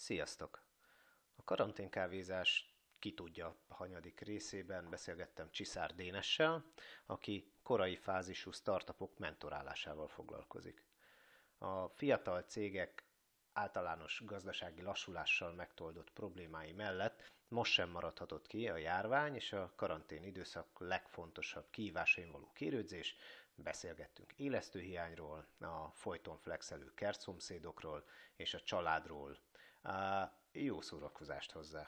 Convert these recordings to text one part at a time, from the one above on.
Sziasztok! A karanténkávézás ki tudja hanyadik részében beszélgettem Csiszár Dénessel, aki korai fázisú startupok mentorálásával foglalkozik. A fiatal cégek általános gazdasági lassulással megtoldott problémái mellett most sem maradhatott ki a járvány és a karantén időszak legfontosabb kihívásain való kérődzés. Beszélgettünk élesztőhiányról, a folyton flexelő kertszomszédokról és a családról. Jó szórakozást hozzá!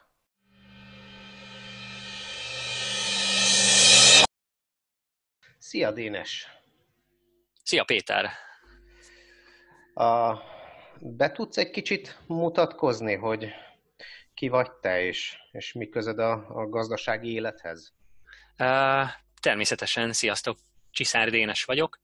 Szia Dénes! Szia Péter! A, Be tudsz egy kicsit mutatkozni, hogy ki vagy te, és mi közöd a gazdasági élethez? Természetesen, sziasztok! Csiszár Dénes vagyok.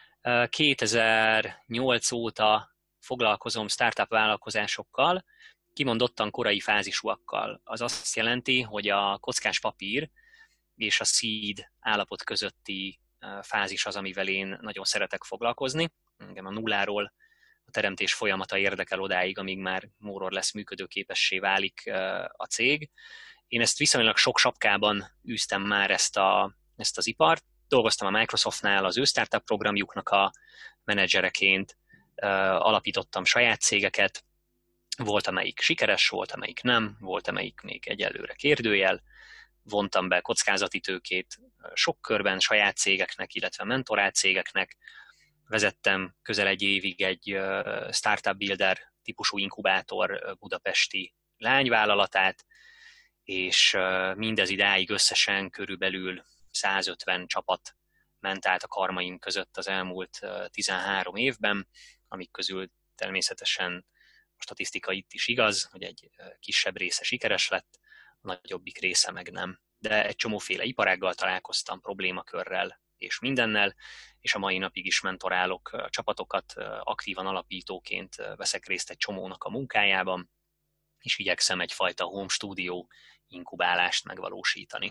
2008 óta foglalkozom startup vállalkozásokkal, kimondottan korai fázisúakkal. Az azt jelenti, hogy a kockás papír és a seed állapot közötti fázis az, amivel én nagyon szeretek foglalkozni. Engem a nulláról a teremtés folyamata érdekel odáig, amíg már more or less működőképessé válik a cég. Én ezt viszonylag sok sapkában űztem már ezt az ipart. Dolgoztam a Microsoftnál az ő startup programjuknak a menedzsereként, alapítottam saját cégeket, volt amelyik sikeres, volt amelyik nem, volt amelyik még egyelőre kérdőjel, vontam be kockázati tőkét sok körben saját cégeknek, illetve mentorált cégeknek, vezettem közel egy évig egy startup builder típusú inkubátor budapesti lányvállalatát, és mindez idáig összesen körülbelül 150 csapat ment át a karmaim között az elmúlt 13 évben, amik közül természetesen a statisztika itt is igaz, hogy egy kisebb része sikeres lett, a nagyobbik része meg nem. De egy csomóféle iparággal találkoztam, problémakörrel és mindennel, és a mai napig is mentorálok csapatokat, aktívan alapítóként veszek részt egy csomónak a munkájában, és igyekszem egyfajta home studio inkubálást megvalósítani.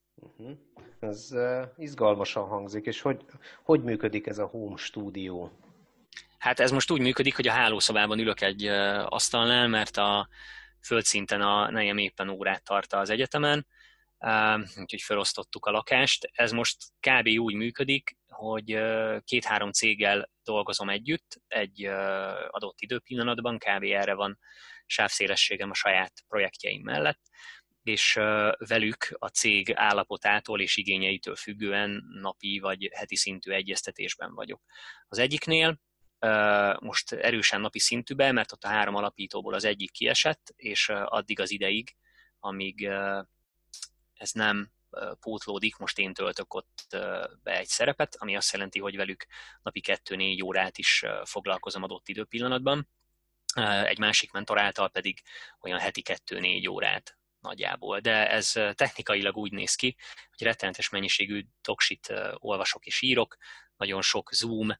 Ez izgalmasan hangzik, és hogy működik ez a home studio? Hát ez most úgy működik, hogy a hálószobában ülök egy asztalnál, mert a földszinten a nejem éppen órát tart az egyetemen, úgyhogy felosztottuk a lakást. Ez most kb. Úgy működik, hogy 2-3 céggel dolgozom együtt egy adott időpillanatban, kb. Erre van sávszélességem a saját projektjeim mellett, és velük a cég állapotától és igényeitől függően napi vagy heti szintű egyeztetésben vagyok. Az egyiknél most erősen napi szintűben, mert ott a 3 alapítóból az egyik kiesett, és addig az ideig, amíg ez nem pótlódik, most én töltök ott be egy szerepet, ami azt jelenti, hogy velük napi 2-4 órát is foglalkozom adott időpillanatban, egy másik mentor által pedig olyan heti 2-4 órát nagyjából. De ez technikailag úgy néz ki, hogy rettenetes mennyiségű doksit olvasok és írok, nagyon sok Zoom,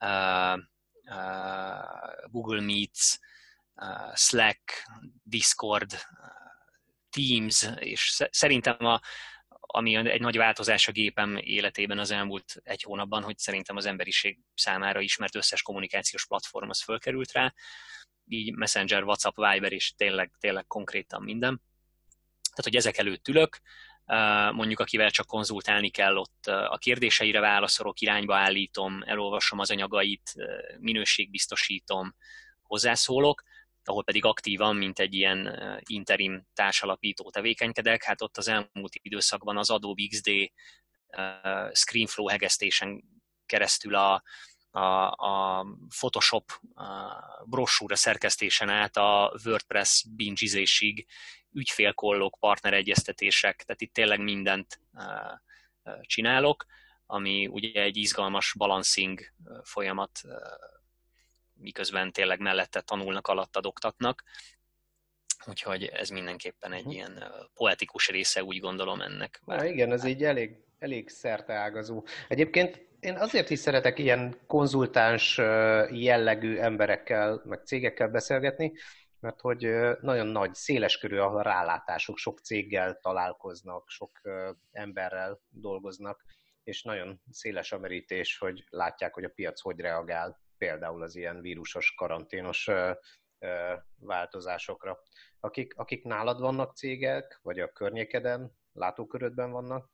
Google Meets, Slack, Discord, Teams, és szerintem ami egy nagy változás a gépem életében az elmúlt 1 hónapban, hogy szerintem az emberiség számára ismert összes kommunikációs platform az fölkerült rá, így Messenger, WhatsApp, Viber és tényleg konkrétan minden. Tehát, hogy ezek előtt ülök, mondjuk akivel csak konzultálni kell, ott a kérdéseire válaszolok, irányba állítom, elolvasom az anyagait, minőségbiztosítom, hozzászólok, ahol pedig aktívan, mint egy ilyen interim társalapító tevékenykedek, hát ott az elmúlt időszakban az Adobe XD ScreenFlow hegesztésen keresztül a Photoshop brossúra szerkesztésen át a WordPress bingizésig, ügyfélkollók, partneregyeztetések, tehát itt tényleg mindent csinálok, ami ugye egy izgalmas balancing folyamat, miközben tényleg mellette tanulnak, alattad oktatnak. Úgyhogy ez mindenképpen egy ilyen poetikus része, úgy gondolom ennek. Igen, ez így elég szerteágazó. Egyébként én azért is szeretek ilyen konzultáns jellegű emberekkel, meg cégekkel beszélgetni, mert hogy nagyon nagy, széleskörű a rálátásuk, sok céggel találkoznak, sok emberrel dolgoznak, és nagyon széles a merítés, hogy látják, hogy a piac hogy reagál, például az ilyen vírusos, karanténos változásokra. Akik nálad vannak cégek, vagy a környékeden, látókörödben vannak,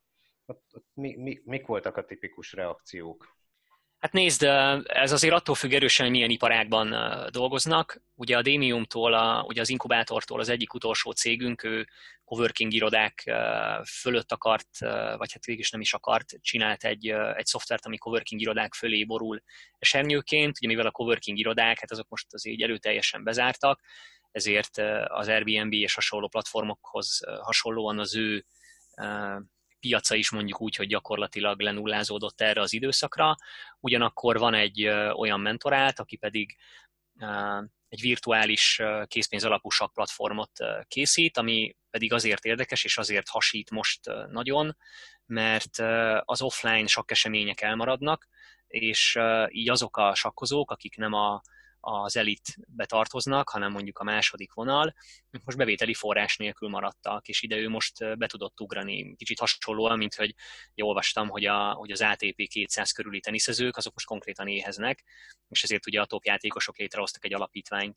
mik voltak a tipikus reakciók? Hát nézd, ez azért attól függ erősen, hogy milyen iparágban dolgoznak. Ugye a Demiumtól, ugye az inkubátortól az egyik utolsó cégünk, ő coworking irodák fölött akart, vagy hát végig is nem is akart, csinált egy szoftvert, ami coworking irodák fölé borul esernyőként. Ugye mivel a coworking irodák, hát azok most azért erőteljesen bezártak, ezért az Airbnb és hasonló platformokhoz hasonlóan az ő piaca is mondjuk úgy, hogy gyakorlatilag lenullázódott erre az időszakra. Ugyanakkor van egy olyan mentorált, aki pedig egy virtuális készpénz alapú platformot készít, ami pedig azért érdekes, és azért hasít most nagyon, mert az offline sakkesemények elmaradnak, és így azok a sakkozók, akik nem az elitbe tartoznak, hanem mondjuk a második vonal, most bevételi forrás nélkül maradtak, és ide ő most be tudott ugrani. Kicsit hasonlóan, mint hogy olvastam, hogy az ATP 200 körüli teniszezők, azok most konkrétan éheznek, és ezért ugye a top játékosok létrehoztak egy alapítványt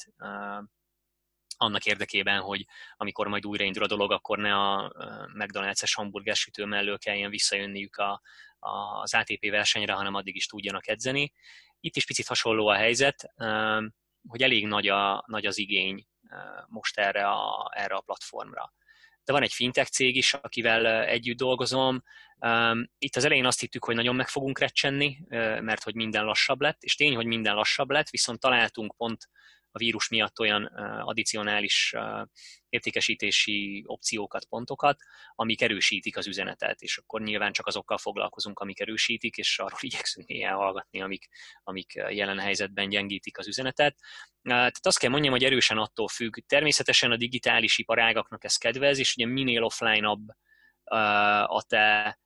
annak érdekében, hogy amikor majd újraindul a dolog, akkor ne a McDonald's-es hamburger sütő mellől kelljen visszajönniük az ATP versenyre, hanem addig is tudjanak edzeni. Itt is picit hasonló a helyzet, hogy elég nagy az igény most erre a platformra. De van egy fintech cég is, akivel együtt dolgozom. Itt az elején azt hittük, hogy nagyon meg fogunk recsenni, mert hogy minden lassabb lett, és tény, hogy minden lassabb lett, viszont találtunk pont a vírus miatt olyan addicionális értékesítési opciókat, pontokat, amik erősítik az üzenetet, és akkor nyilván csak azokkal foglalkozunk, amik erősítik, és arról igyekszünk néha hallgatni, amik jelen helyzetben gyengítik az üzenetet. Tehát azt kell mondjam, hogy erősen attól függ. Természetesen a digitális iparágaknak ez kedvez, és ugye minél offline-abb a te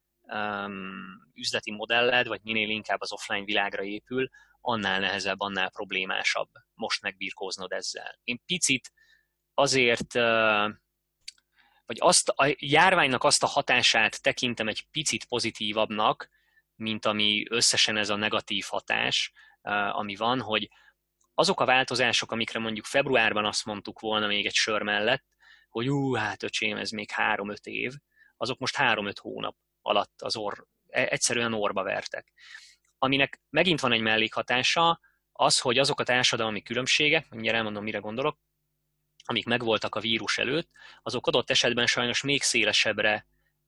üzleti modelled, vagy minél inkább az offline világra épül, annál nehezebb, annál problémásabb most megbirkóznod ezzel. Én picit azért, vagy a járványnak azt a hatását tekintem egy picit pozitívabbnak, mint ami összesen ez a negatív hatás, ami van, hogy azok a változások, amikre mondjuk februárban azt mondtuk volna még egy sör mellett, hogy hát öcsém, ez még 3-5 év, azok most 3-5 hónap alatt egyszerűen orba vertek. Aminek megint van egy mellékhatása, az, hogy azok a társadalmi különbségek, mindjárt elmondom, mire gondolok, amik megvoltak a vírus előtt, azok adott esetben sajnos még szélesebbre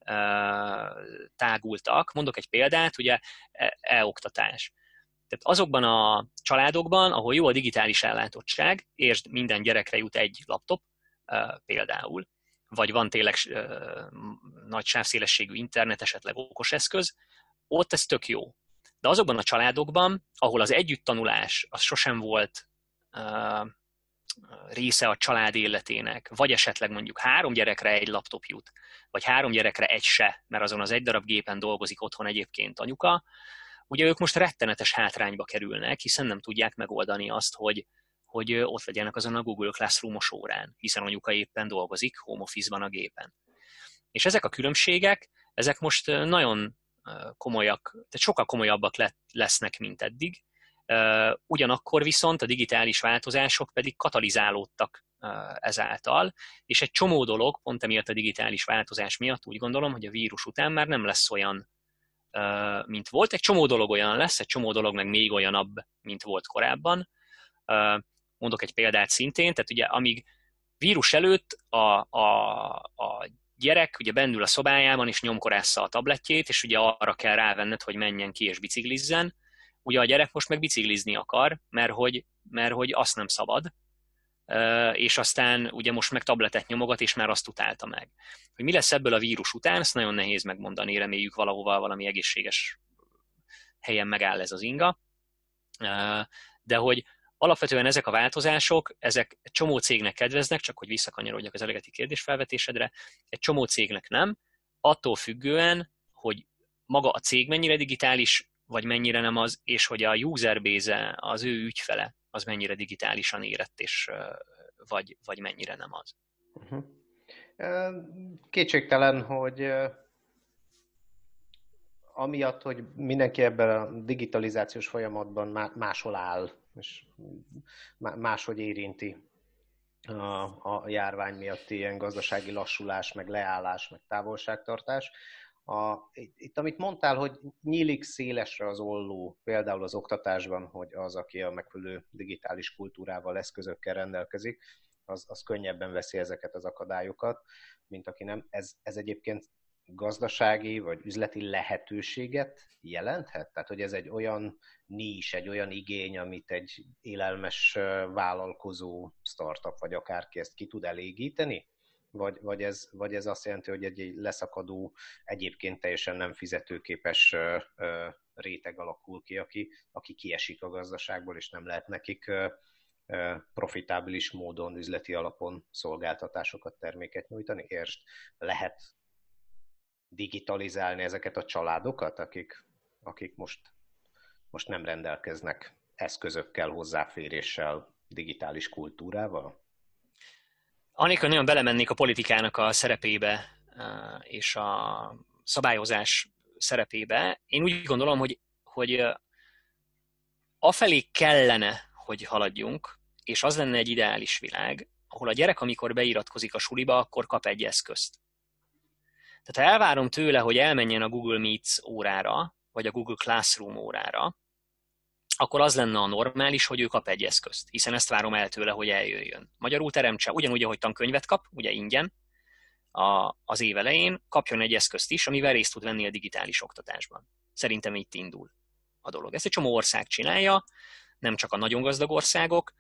tágultak. Mondok egy példát, ugye e-oktatás. Tehát azokban a családokban, ahol jó a digitális ellátottság, és minden gyerekre jut egy laptop például, vagy van tényleg nagy sávszélességű internet, esetleg okos eszköz, ott ez tök jó. De azokban a családokban, ahol az együtttanulás az sosem volt része a család életének, vagy esetleg mondjuk 3 gyerekre egy laptop jut, vagy 3 gyerekre egy se, mert azon az egy darab gépen dolgozik otthon egyébként anyuka, ugye ők most rettenetes hátrányba kerülnek, hiszen nem tudják megoldani azt, hogy ott legyenek azon a Google Classroom-os órán, hiszen anyuka éppen dolgozik home office-ban a gépen. És ezek a különbségek, ezek most nagyon komolyak, tehát sokkal komolyabbak lesznek, mint eddig. Ugyanakkor viszont a digitális változások pedig katalizálódtak ezáltal, és egy csomó dolog, pont emiatt a digitális változás miatt úgy gondolom, hogy a vírus után már nem lesz olyan, mint volt. Egy csomó dolog olyan lesz, egy csomó dolog meg még olyanabb, mint volt korábban. Mondok egy példát szintén, tehát ugye amíg vírus előtt a gyerek ugye bennül a szobájában, és nyomkorásza a tabletjét, és ugye arra kell rávenned, hogy menjen ki és biciklizzen. Ugye a gyerek most meg biciklizni akar, mert hogy azt nem szabad, és aztán ugye most meg tabletet nyomogat, és már azt utálta meg. Hogy mi lesz ebből a vírus után, ezt nagyon nehéz megmondani, reméljük valahova valami egészséges helyen megáll ez az inga. De hogy alapvetően ezek a változások, ezek egy csomó cégnek kedveznek, csak hogy visszakanyarodjak az eredeti kérdésfelvetésre, egy csomó cégnek nem, attól függően, hogy maga a cég mennyire digitális, vagy mennyire nem az, és hogy a user base, az ő ügyfele, az mennyire digitálisan érett, és vagy mennyire nem az. Kétségtelen, hogy amiatt, hogy mindenki ebben a digitalizációs folyamatban máshol áll, és máshogy érinti a járvány miatti ilyen gazdasági lassulás, meg leállás, meg távolságtartás. Itt, amit mondtál, hogy nyílik szélesre az olló, például az oktatásban, hogy az, aki a megfelelő digitális kultúrával, eszközökkel rendelkezik, az könnyebben veszi ezeket az akadályokat, mint aki nem. Ez egyébként gazdasági vagy üzleti lehetőséget jelenthet? Tehát, hogy ez egy olyan nis, egy olyan igény, amit egy élelmes vállalkozó, startup vagy akárki ezt ki tud elégíteni? Vagy ez azt jelenti, hogy egy leszakadó, egyébként teljesen nem fizetőképes réteg alakul ki, aki kiesik a gazdaságból, és nem lehet nekik profitábilis módon, üzleti alapon szolgáltatásokat, terméket nyújtani? Értsd, lehet digitalizálni ezeket a családokat, akik most nem rendelkeznek eszközökkel, hozzáféréssel, digitális kultúrával? Anélkül nagyon belemennék a politikának a szerepébe és a szabályozás szerepébe, én úgy gondolom, hogy afelé kellene, hogy haladjunk, és az lenne egy ideális világ, ahol a gyerek, amikor beiratkozik a suliba, akkor kap egy eszközt. Tehát ha elvárom tőle, hogy elmenjen a Google Meets órára, vagy a Google Classroom órára, akkor az lenne a normális, hogy ő kap egy eszközt, hiszen ezt várom el tőle, hogy eljöjjön. Magyarul teremtse, ugyanúgy, ahogy tankönyvet kap, ugye ingyen, az év elején, kapjon egy eszközt is, amivel részt tud venni a digitális oktatásban. Szerintem itt indul a dolog. Ezt egy csomó ország csinálja, nem csak a nagyon gazdag országok.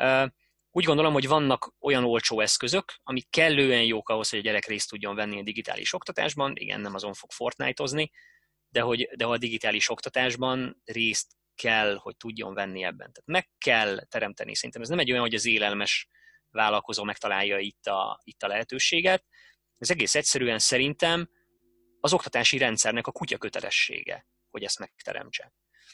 Úgy gondolom, hogy vannak olyan olcsó eszközök, amik kellően jók ahhoz, hogy a gyerek részt tudjon venni a digitális oktatásban. Igen, nem azon fog Fortnite-ozni, de ha a digitális oktatásban részt kell, hogy tudjon venni ebben. Tehát meg kell teremteni. Szerintem ez nem egy olyan, hogy az élelmes vállalkozó megtalálja itt a lehetőséget. Ez egész egyszerűen szerintem az oktatási rendszernek a kutya kötelessége, hogy ezt megteremtse.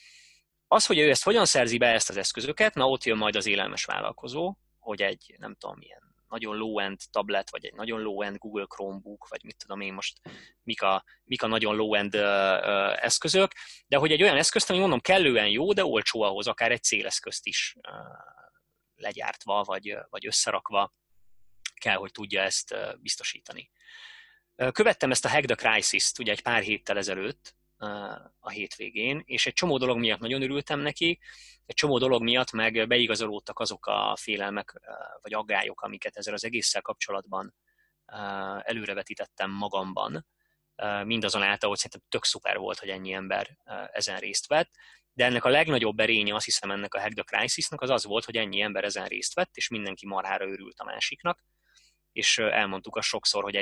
Az, hogy ő ezt hogyan szerzi be ezt az eszközöket, na ott jön majd az élelmes vállalkozó, hogy egy, nem tudom, ilyen nagyon low-end tablet, vagy egy nagyon low-end Google Chromebook, vagy mit tudom én most, mik a nagyon low-end eszközök, de hogy egy olyan eszközt, ami mondom kellően jó, de olcsó ahhoz, akár egy céleszközt is legyártva, vagy összerakva kell, hogy tudja ezt biztosítani. Követtem ezt a Hack the Crisis-t ugye egy pár héttel ezelőtt, a hétvégén, és egy csomó dolog miatt nagyon örültem neki, egy csomó dolog miatt meg beigazolódtak azok a félelmek vagy aggályok, amiket ezzel az egésszel kapcsolatban előrevetítettem magamban, mindazonáltal, hogy szerintem tök szuper volt, hogy ennyi ember ezen részt vett, de ennek a legnagyobb erénye, azt hiszem ennek a Hack the Crisis-nak az volt, hogy ennyi ember ezen részt vett, és mindenki marhára örült a másiknak, és elmondtuk azt sokszor, hogy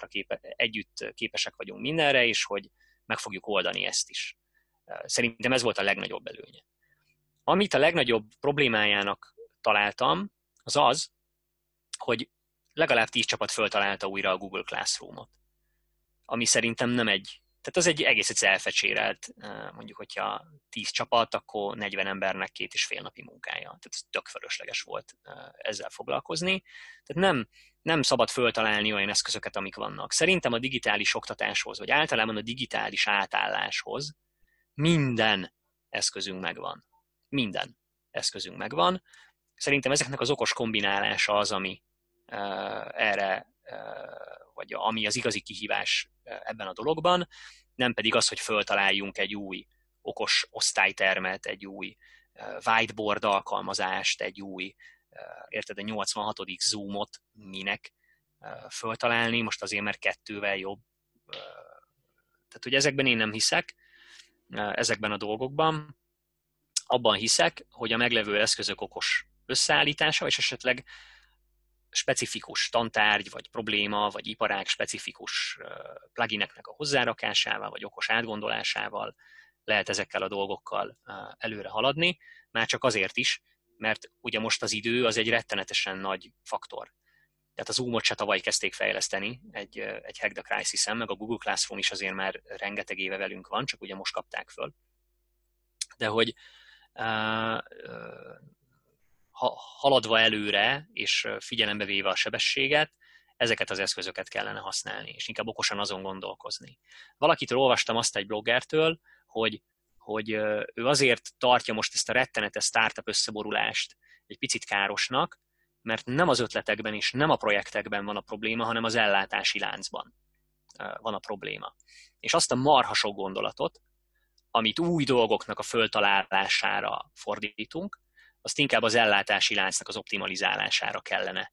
együtt képesek vagyunk mindenre, és hogy meg fogjuk oldani ezt is. Szerintem ez volt a legnagyobb előnye. Amit a legnagyobb problémájának találtam, az az, hogy legalább 10 csapat föltalálta újra a Google Classroom-ot. Ami szerintem nem tehát az egy egész egyszer elfecsérelt, mondjuk, hogyha 10 csapat, akkor 40 embernek 2,5 napi munkája. Tehát ez tök fölösleges volt ezzel foglalkozni. Tehát nem szabad föltalálni olyan eszközöket, amik vannak. Szerintem a digitális oktatáshoz, vagy általában a digitális átálláshoz minden eszközünk megvan. Minden eszközünk megvan. Szerintem ezeknek az okos kombinálása az, ami erre, vagy ami az igazi kihívás ebben a dologban, nem pedig az, hogy föltaláljunk egy új okos osztálytermet, egy új whiteboard alkalmazást, egy új, érted, a 86. Zoomot minek föltalálni, most azért, mert 2-vel jobb. Tehát, hogy ezekben én nem hiszek, ezekben a dolgokban. Abban hiszek, hogy a meglevő eszközök okos összeállítása, és esetleg specifikus tantárgy, vagy probléma, vagy iparág specifikus plugineknek a hozzárakásával, vagy okos átgondolásával lehet ezekkel a dolgokkal előre haladni, már csak azért is, mert ugye most az idő az egy rettenetesen nagy faktor. Tehát a Zoomot se tavaly kezdték fejleszteni egy Hack the Crisis-en, meg a Google Classroom is azért már rengeteg éve velünk van, csak ugye most kapták föl. De hogy haladva előre, és figyelembe véve a sebességet, ezeket az eszközöket kellene használni, és inkább okosan azon gondolkozni. Valakitől olvastam azt egy bloggertől, hogy ő azért tartja most ezt a rettenetes startup összeborulást egy picit károsnak, mert nem az ötletekben és nem a projektekben van a probléma, hanem az ellátási láncban van a probléma. És azt a marha sok gondolatot, amit új dolgoknak a föltalálására fordítunk, azt inkább az ellátási láncnak az optimalizálására kellene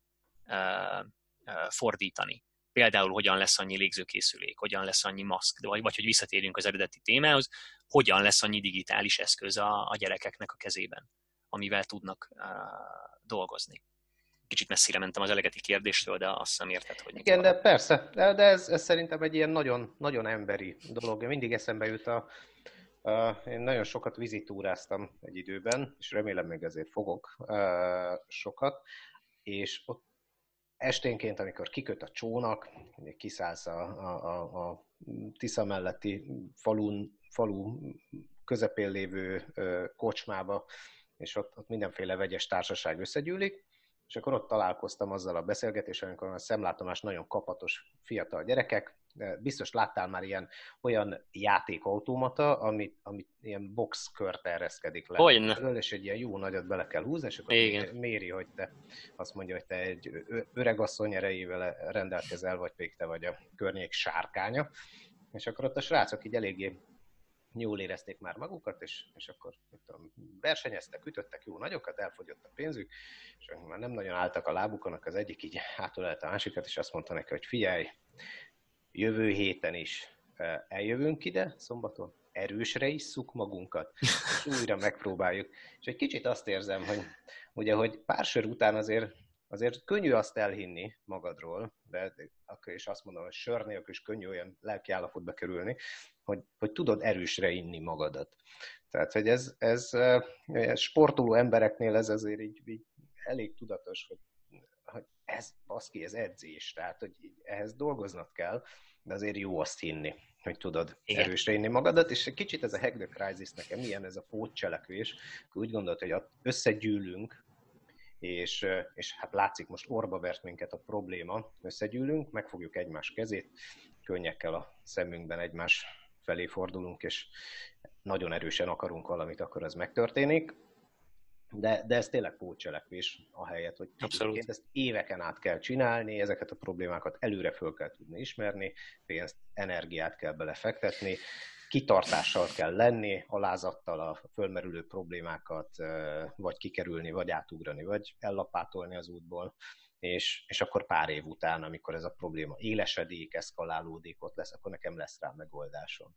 fordítani. Például hogyan lesz annyi légzőkészülék, hogyan lesz annyi maszk, vagy hogy visszatérjünk az eredeti témához, hogyan lesz annyi digitális eszköz a gyerekeknek a kezében, amivel tudnak dolgozni. Kicsit messzire mentem az elegeti kérdéstől, de azt hiszem érted, hogy... Igen, de persze, de ez szerintem egy ilyen nagyon, nagyon emberi dolog. Mindig eszembe jut én nagyon sokat vizitúráztam egy időben, és remélem még ezért fogok sokat, és ott esténként, amikor kiköt a csónak, kiszállsz a Tisza melletti falu közepén lévő kocsmába, és ott mindenféle vegyes társaság összegyűlik, és akkor ott találkoztam azzal a beszélgetéssel, amikor a szemlátomás nagyon kapatos fiatal gyerekek. Biztos láttál már olyan játékautomata, amit ilyen boxkört ereszkedik le. Hogyne. És egy ilyen jó nagyot bele kell húzni, és akkor méri, hogy te azt mondja, hogy te egy öregasszony erejével rendelkezel, vagy pedig te vagy a környék sárkánya. És akkor ott a srácok így eléggé jól érezték már magukat, és akkor versenyeztek, ütöttek jó nagyokat, elfogyott a pénzük, és már nem nagyon álltak a lábukon, az egyik így hátulelte a másikat, és azt mondta neki, hogy figyelj, jövő héten is eljövünk ide, szombaton, erősre isszuk magunkat, és újra megpróbáljuk. És egy kicsit azt érzem, hogy ugye, hogy pár sör után azért könnyű azt elhinni magadról, de akkor is azt mondom, hogy sör nélkül is könnyű olyan lelki állapotba kerülni, hogy tudod erősre inni magadat. Tehát, hogy ez sportoló embereknél ez azért így elég tudatos, hogy ez, baszki, ez edzés, tehát, hogy ehhez dolgoznod kell, de azért jó azt hinni, hogy tudod erősre inni magadat, és egy kicsit ez a Hack the Crisis nekem ilyen ez a pótcselekvés, úgy gondolod, hogy összegyűlünk, és hát látszik, most orba vert minket a probléma, összegyűlünk, megfogjuk egymás kezét, könnyekkel a szemünkben egymás felé fordulunk, és nagyon erősen akarunk valamit, akkor ez megtörténik. De ez tényleg pótcselekvés ahelyett, hogy ezt éveken át kell csinálni, ezeket a problémákat előre föl kell tudni ismerni, pénzt, energiát kell belefektetni, kitartással kell lenni, alázattal a fölmerülő problémákat vagy kikerülni, vagy átugrani, vagy ellapátolni az útból, és akkor pár év után, amikor ez a probléma élesedik, eszkalálódik, ott lesz, akkor nekem lesz rá megoldásom.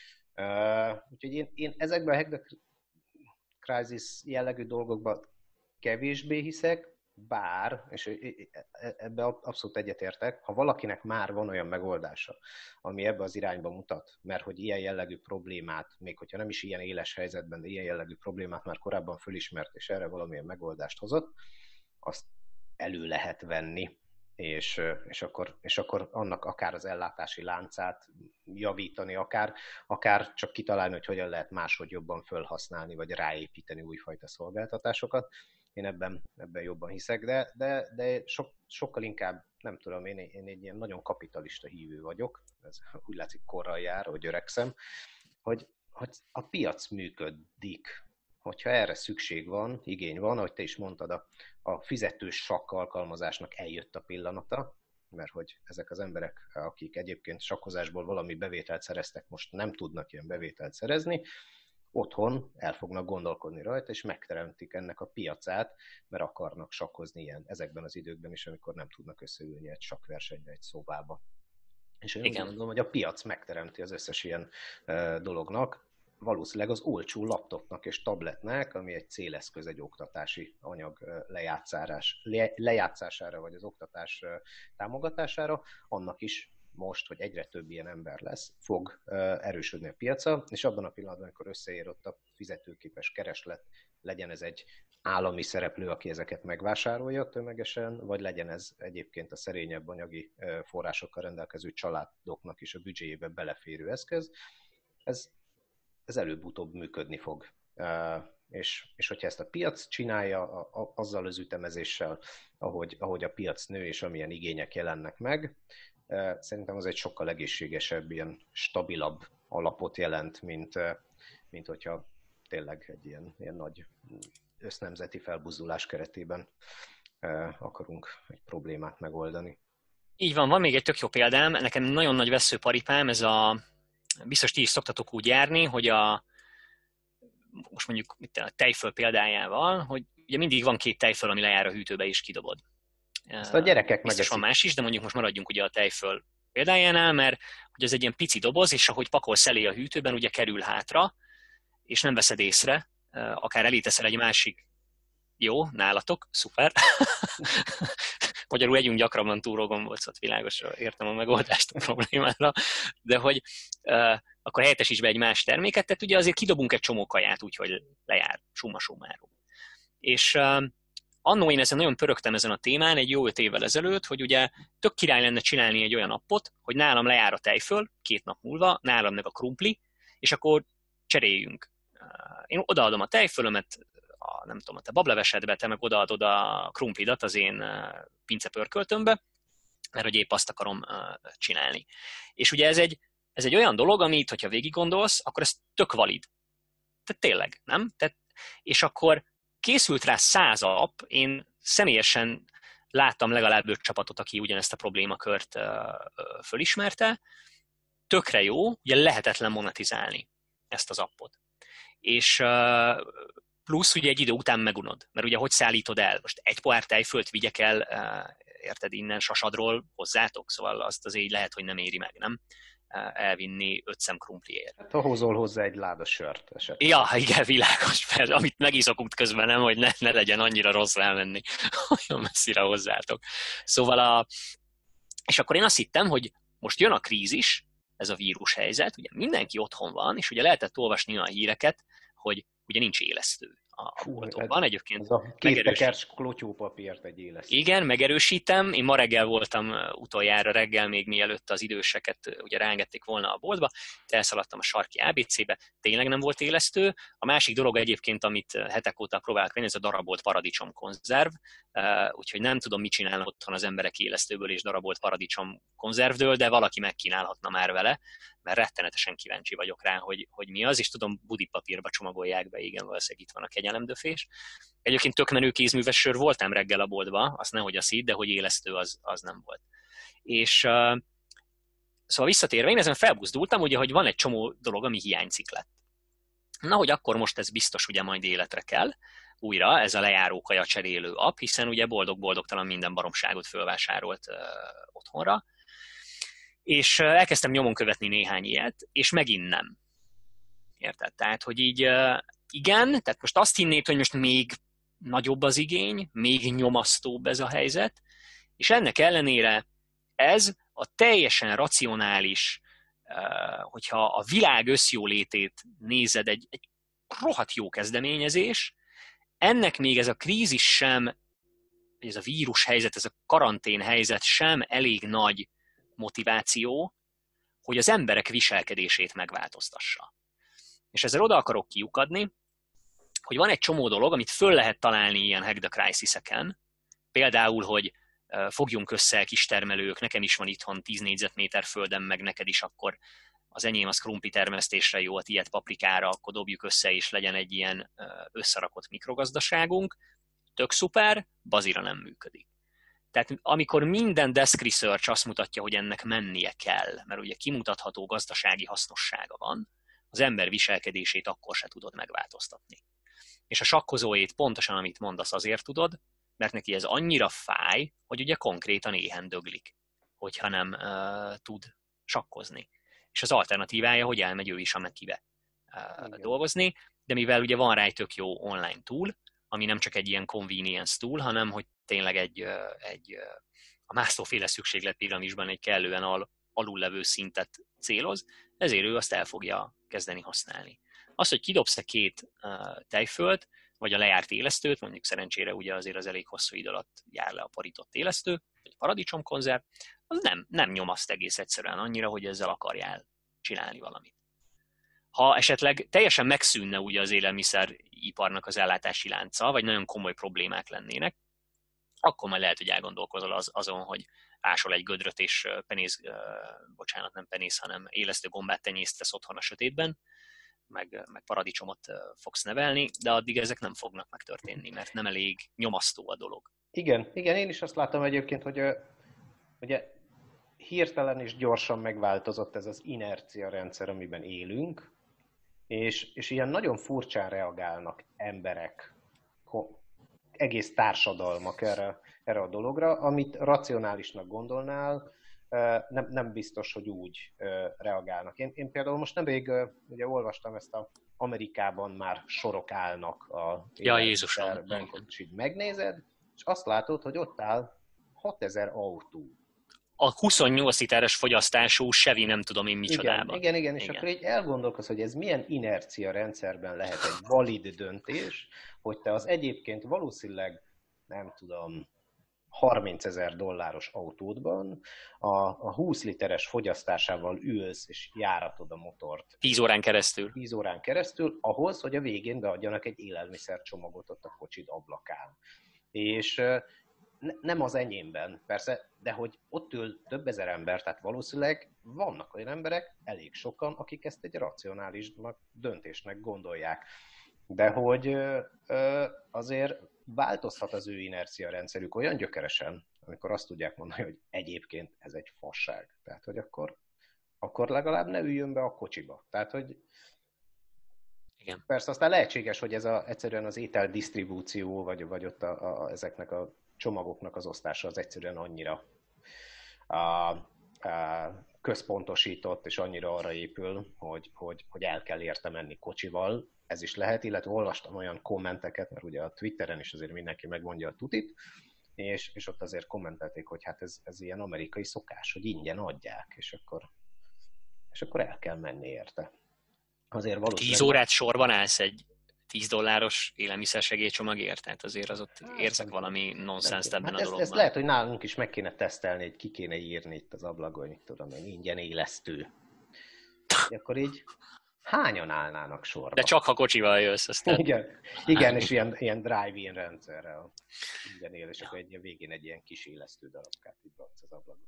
Úgyhogy én ezekben a Hack the Crisis jellegű dolgokban kevésbé hiszek, bár, és ebben abszolút egyetértek, ha valakinek már van olyan megoldása, ami ebbe az irányba mutat, mert hogy ilyen jellegű problémát, még hogyha nem is ilyen éles helyzetben, de ilyen jellegű problémát már korábban fölismert, és erre valamilyen megoldást hozott, azt elő lehet venni, és akkor annak akár az ellátási láncát javítani, akár csak kitalálni, hogy hogyan lehet máshogy jobban felhasználni, vagy ráépíteni újfajta szolgáltatásokat. Én ebben jobban hiszek, de sokkal inkább, nem tudom, én egy ilyen nagyon kapitalista hívő vagyok, ez úgy látszik korral jár, hogy öregszem, hogy a piac működik, hogyha erre szükség van, igény van, ahogy te is mondtad, a fizetős sakk alkalmazásnak eljött a pillanata, mert hogy ezek az emberek, akik egyébként sakkozásból valami bevételt szereztek, most nem tudnak ilyen bevételt szerezni, otthon el fognak gondolkodni rajta, és megteremtik ennek a piacát, mert akarnak sakkozni ezekben az időkben is, amikor nem tudnak összeülni egy sakkversenyre, egy szobába. És én úgy gondolom, hogy a piac megteremti az összes ilyen dolognak, valószínűleg az olcsó laptopnak és tabletnek, ami egy céleszköz egy oktatási anyag lejátszására, vagy az oktatás támogatására, annak is most, hogy egyre több ilyen ember lesz, fog erősödni a piaca, és abban a pillanatban, amikor összeér ott a fizetőképes kereslet, legyen ez egy állami szereplő, aki ezeket megvásárolja tömegesen, vagy legyen ez egyébként a szerényebb anyagi forrásokkal rendelkező családoknak is a büdzséjébe beleférő eszköz, ez előbb-utóbb működni fog. És hogyha ezt a piac csinálja, azzal az ütemezéssel, ahogy a piac nő, és amilyen igények jelennek meg, szerintem az egy sokkal egészségesebb, ilyen stabilabb alapot jelent, mint hogyha tényleg egy ilyen nagy össznemzeti felbuzdulás keretében akarunk egy problémát megoldani. Így van még egy tök jó példám, nekem nagyon nagy veszőparipám, biztos ti is szoktatok úgy járni, hogy most mondjuk a tejföl példájával, hogy ugye mindig van 2 tejföl, ami lejár a hűtőbe és kidobod. Ezt a gyerekek biztos van megeszik. más is, de mondjuk most maradjunk ugye a tejföl példájánál, mert hogy ez egy ilyen pici doboz, és ahogy pakolsz elé a hűtőben, ugye kerül hátra, és nem veszed észre, akár elé teszel egy másik, jó, nálatok, szuper. Magyarul együnk gyakrabban túrógombócot, világosra értem a megoldást a problémára, de hogy akkor helyettesíts be egy más terméket, tehát ugye azért kidobunk egy csomó kaját, úgyhogy lejár, summa summarum. És annó én ezen nagyon pörögtem ezen a témán egy jó 5 évvel ezelőtt, hogy ugye tök király lenne csinálni egy olyan appot, hogy nálam lejár a tejföl 2 nap múlva, nálam meg a krumpli, és akkor cseréljünk. Én odaadom a tejfölömet, nem tudom, a te bablevesedbe, te meg odaadod a krumplidat az én pincepörköltömbe, mert hogy épp azt akarom csinálni. És ugye ez egy olyan dolog, amit, hogyha végig gondolsz, akkor ez tök valid. Tehát tényleg, nem? És akkor készült rá 100 app, én személyesen láttam legalább 5 csapatot, aki ugyanezt a problémakört fölismerte, tökre jó, ugye lehetetlen monetizálni ezt az appot. És plusz ugye egy idő után megunod, mert ugye hogy szállítod el? Most egy pohár tejfölt vigyek el, érted, innen Sasadról hozzátok, szóval azt azért lehet, hogy nem éri meg, nem? Elvinni 5 szem krumpliért. Hát hozol hozzá egy láda sört esetleg. Ja, igen, világos, mert amit megiszok útközben, nem, hogy ne legyen annyira rossz elmenni, olyan messzire hozzátok. Szóval és akkor én azt hittem, hogy most jön a krízis, ez a vírushelyzet, ugye mindenki otthon van, és ugye lehetett olvasni a híreket, hogy ugye nincs élesztő a boltokban. Egyébként ez a 2 tekercs klotyópapírt egy élesztő. Igen, megerősítem. Én ma reggel voltam utoljára reggel, még mielőtt az időseket ugye ráengedték volna a boltba, elszaladtam a sarki ABC-be, tényleg nem volt élesztő. A másik dolog egyébként, amit hetek óta próbálok venni, ez a darabolt paradicsom konzerv, úgyhogy nem tudom, mit csinálnak otthon az emberek élesztőből és darabolt paradicsom konzervből, de valaki megkínálhatna már vele, mert rettenetesen kíváncsi vagyok rá, hogy mi az, és tudom, budipapírba csomagolják be, igen, valószínűleg itt van a kegyelemdöfés. Egyébként tök menő kézműves sör voltam reggel a boltba, azt nehogy a szít, de hogy élesztő az nem volt. És szóval visszatérve, én ezen felbuzdultam, ugye, hogy van egy csomó dolog, ami hiányzik lett. Na, hogy akkor most ez biztos ugye majd életre kell, újra ez a lejáró kaja cserélő app, hiszen ugye boldog-boldogtalan minden baromságot fölvásárolt otthonra, és elkezdtem nyomon követni néhány ilyet, és megint nem. Érted? Tehát, hogy így igen, tehát most azt hinnéd, hogy most még nagyobb az igény, még nyomasztóbb ez a helyzet, és ennek ellenére ez a teljesen racionális, hogyha a világ összjólétét nézed, egy rohadt jó kezdeményezés, ennek még ez a krízis sem, ez a vírus helyzet, ez a karantén helyzet sem elég nagy motiváció, hogy az emberek viselkedését megváltoztassa. És ezzel oda akarok kiukadni, hogy van egy csomó dolog, amit föl lehet találni ilyen hack the crisis-eken, például, hogy fogjunk össze kistermelők, nekem is van itthon 10 négyzetméter földem, meg neked is, akkor az enyém az krumpli termesztésre jó, a tiéd paprikára, akkor dobjuk össze, és legyen egy ilyen összerakott mikrogazdaságunk. Tök szuper, bazira nem működik. Tehát amikor minden desk research azt mutatja, hogy ennek mennie kell, mert ugye kimutatható gazdasági hasznossága van, az ember viselkedését akkor se tudod megváltoztatni. És a sakkozóét pontosan, amit mondasz, azért tudod, mert neki ez annyira fáj, hogy ugye konkrétan éhen döglik, hogyha nem tud sakkozni. És az alternatívája, hogy elmegy ő is a Mac-ibe dolgozni, de mivel ugye van rá egy tök jó online tool, ami nem csak egy ilyen convenience tool, hanem hogy tényleg a Maslow-féle szükségletpiramisban egy kellően alullevő szintet céloz, ezért ő azt el fogja kezdeni használni. Az, hogy kidobsz-e 2 tejfölt, vagy a lejárt élesztőt, mondjuk szerencsére ugye azért az elég hosszú idő alatt jár le a parított élesztő, vagy paradicsomkonzerv, az nem nyomaszt egész egyszerűen annyira, hogy ezzel akarjál csinálni valamit. Ha esetleg teljesen megszűnne ugye az élelmiszeriparnak az ellátási lánca, vagy nagyon komoly problémák lennének, akkor majd lehet, hogy elgondolkozol azon, hogy ásol egy gödröt és nem penész, hanem élesztő gombát tenyésztesz otthon a sötétben, meg paradicsomot fogsz nevelni, de addig ezek nem fognak megtörténni, mert nem elég nyomasztó a dolog. Igen, én is azt látom egyébként, hogy ugye hirtelen és gyorsan megváltozott ez az inercia rendszer, amiben élünk, és ilyen nagyon furcsán reagálnak emberek, egész társadalmak erre a dologra, amit racionálisnak gondolnál, nem biztos, hogy úgy reagálnak. Én például most nemrég ugye olvastam ezt Amerikában már sorok állnak a élelmiszerben, és így megnézed, és azt látod, hogy ott áll 6000 autó. A 28 literes fogyasztású Chevy nem tudom én micsodában. Igen, és akkor így elgondolkozz, hogy ez milyen inercia rendszerben lehet egy valid döntés, hogy te az egyébként valószínűleg, nem tudom, $30,000 autódban a 20 literes fogyasztásával ülsz és járatod a motort. 10 órán keresztül. 10 órán keresztül, ahhoz, hogy a végén beadjanak egy élelmiszercsomagot ott a kocsid ablakán. És nem az enyémben, persze, de hogy ott ül több ezer ember, tehát valószínűleg vannak olyan emberek, elég sokan, akik ezt egy racionális döntésnek gondolják. De hogy azért változhat az ő inercia rendszerük olyan gyökeresen, amikor azt tudják mondani, hogy egyébként ez egy fasság. Tehát, hogy akkor legalább ne üljön be a kocsiba. Tehát, hogy igen. Persze aztán lehetséges, hogy ez egyszerűen az ételdisztribúció, vagy ott ezeknek a csomagoknak az osztása az egyszerűen annyira központosított, és annyira arra épül, hogy el kell érte menni kocsival. Ez is lehet, illetve olvastam olyan kommenteket, mert ugye a Twitteren is azért mindenki megmondja a tutit, és ott azért kommentelték, hogy hát ez ilyen amerikai szokás, hogy ingyen adják, és akkor el kell menni érte. Azért 10 órát sorban állsz egy $10 élelmiszer segélycsomagért, tehát azért az ott érzek valami nonsenszt ebben a dologban. Ez lehet, hogy nálunk is meg kéne tesztelni, hogy ki kéne írni itt az ablakon, hogy tudom én, ingyen élesztő. Akkor így hányan állnának sorba? De csak ha kocsival jössz, aztán... Igen, és ilyen drive-in rendszerrel ingyen él, és akkor egy végén egy ilyen kis élesztő darabkát így adsz az ablakon.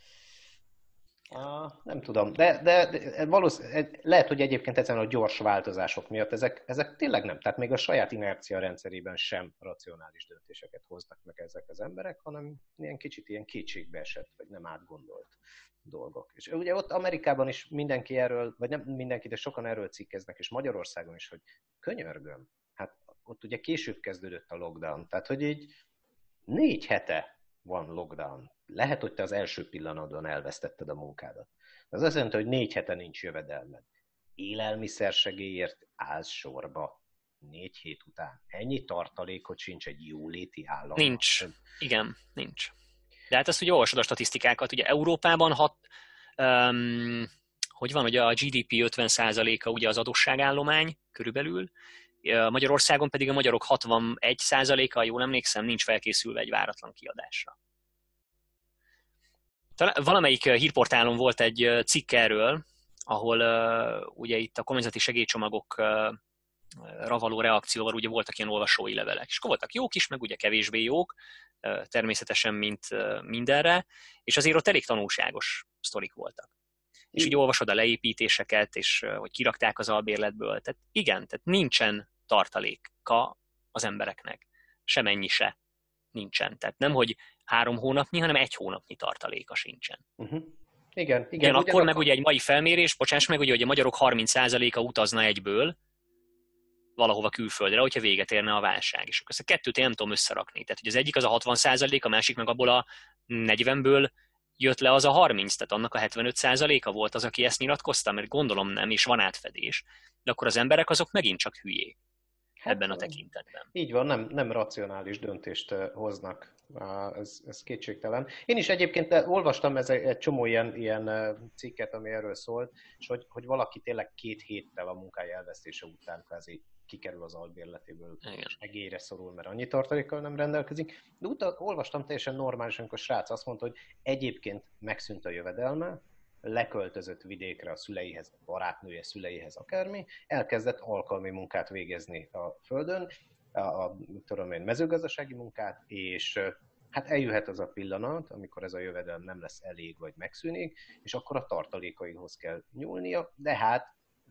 Nem tudom, de valószínűleg lehet, hogy egyébként ezen a gyors változások miatt ezek tényleg nem, tehát még a saját inercia rendszerében sem racionális döntéseket hoznak meg ezek az emberek, hanem ilyen kicsit ilyen kétségbe esett, vagy nem átgondolt dolgok. És ugye ott Amerikában is mindenki erről, vagy nem mindenki, de sokan erről cikkeznek, és Magyarországon is, hogy könyörgöm, hát ott ugye később kezdődött a lockdown, tehát hogy így 4 hete van lockdown. Lehet, hogy te az első pillanatban elvesztetted a munkádat. Ez azt jelenti, hogy 4 hete nincs jövedelmed. Élelmiszersegélyért állsz sorba 4 hét után. Ennyi tartalékot sincs egy jóléti államnak. Nincs. Igen, nincs. De hát ezt ugye olvasod a statisztikákat. Ugye Európában hogy van, ugye a GDP 50%-a ugye az adósságállomány körülbelül, Magyarországon pedig a magyarok 61%-a, jól emlékszem, nincs felkészülve egy váratlan kiadásra. Valamelyik hírportálon volt egy cikk erről, ahol ugye itt a kormányzati segélycsomagokra való reakcióval ugye voltak ilyen olvasói levelek. És akkor voltak jók is, meg ugye kevésbé jók, természetesen, mint mindenre, és azért ott elég tanulságos sztorik voltak. És így olvasod a leépítéseket, és hogy kirakták az albérletből. Tehát igen, tehát nincsen tartaléka az embereknek. Semennyi se nincsen. Tehát nem, hogy 3 hónapnyi, hanem 1 hónapnyi tartaléka sincsen. Igen, akkor meg ugye egy mai felmérés, bocsáss meg, ugye, hogy a magyarok 30%-a utazna egyből valahova külföldre, hogyha véget érne a válság. És akkor ezt a kettőt én nem tudom összerakni. Tehát, hogy az egyik az a 60%, a másik meg abból a 40-ből jött le az a 30, tehát annak a 75%-a volt az, aki ezt nyilatkozta, mert gondolom nem, és van átfedés. De akkor az emberek azok megint csak hülyék ebben a tekintetben. Így van, nem racionális döntést hoznak, ez kétségtelen. Én is egyébként olvastam egy csomó ilyen cikket, ami erről szólt, és hogy valaki tényleg 2 héttel a munkája elvesztése után kvázi kikerül az albérletéből, és egélyre szorul, mert annyi tartalékkal nem rendelkezik. De olvastam teljesen normálisan, amikor a srác azt mondta, hogy egyébként megszűnt a jövedelme, leköltözött vidékre a szüleihez, a barátnője szüleihez, akármi, elkezdett alkalmi munkát végezni a földön, a mezőgazdasági munkát, és hát eljöhet az a pillanat, amikor ez a jövedelem nem lesz elég, vagy megszűnik, és akkor a tartalékaihoz kell nyúlnia, de hát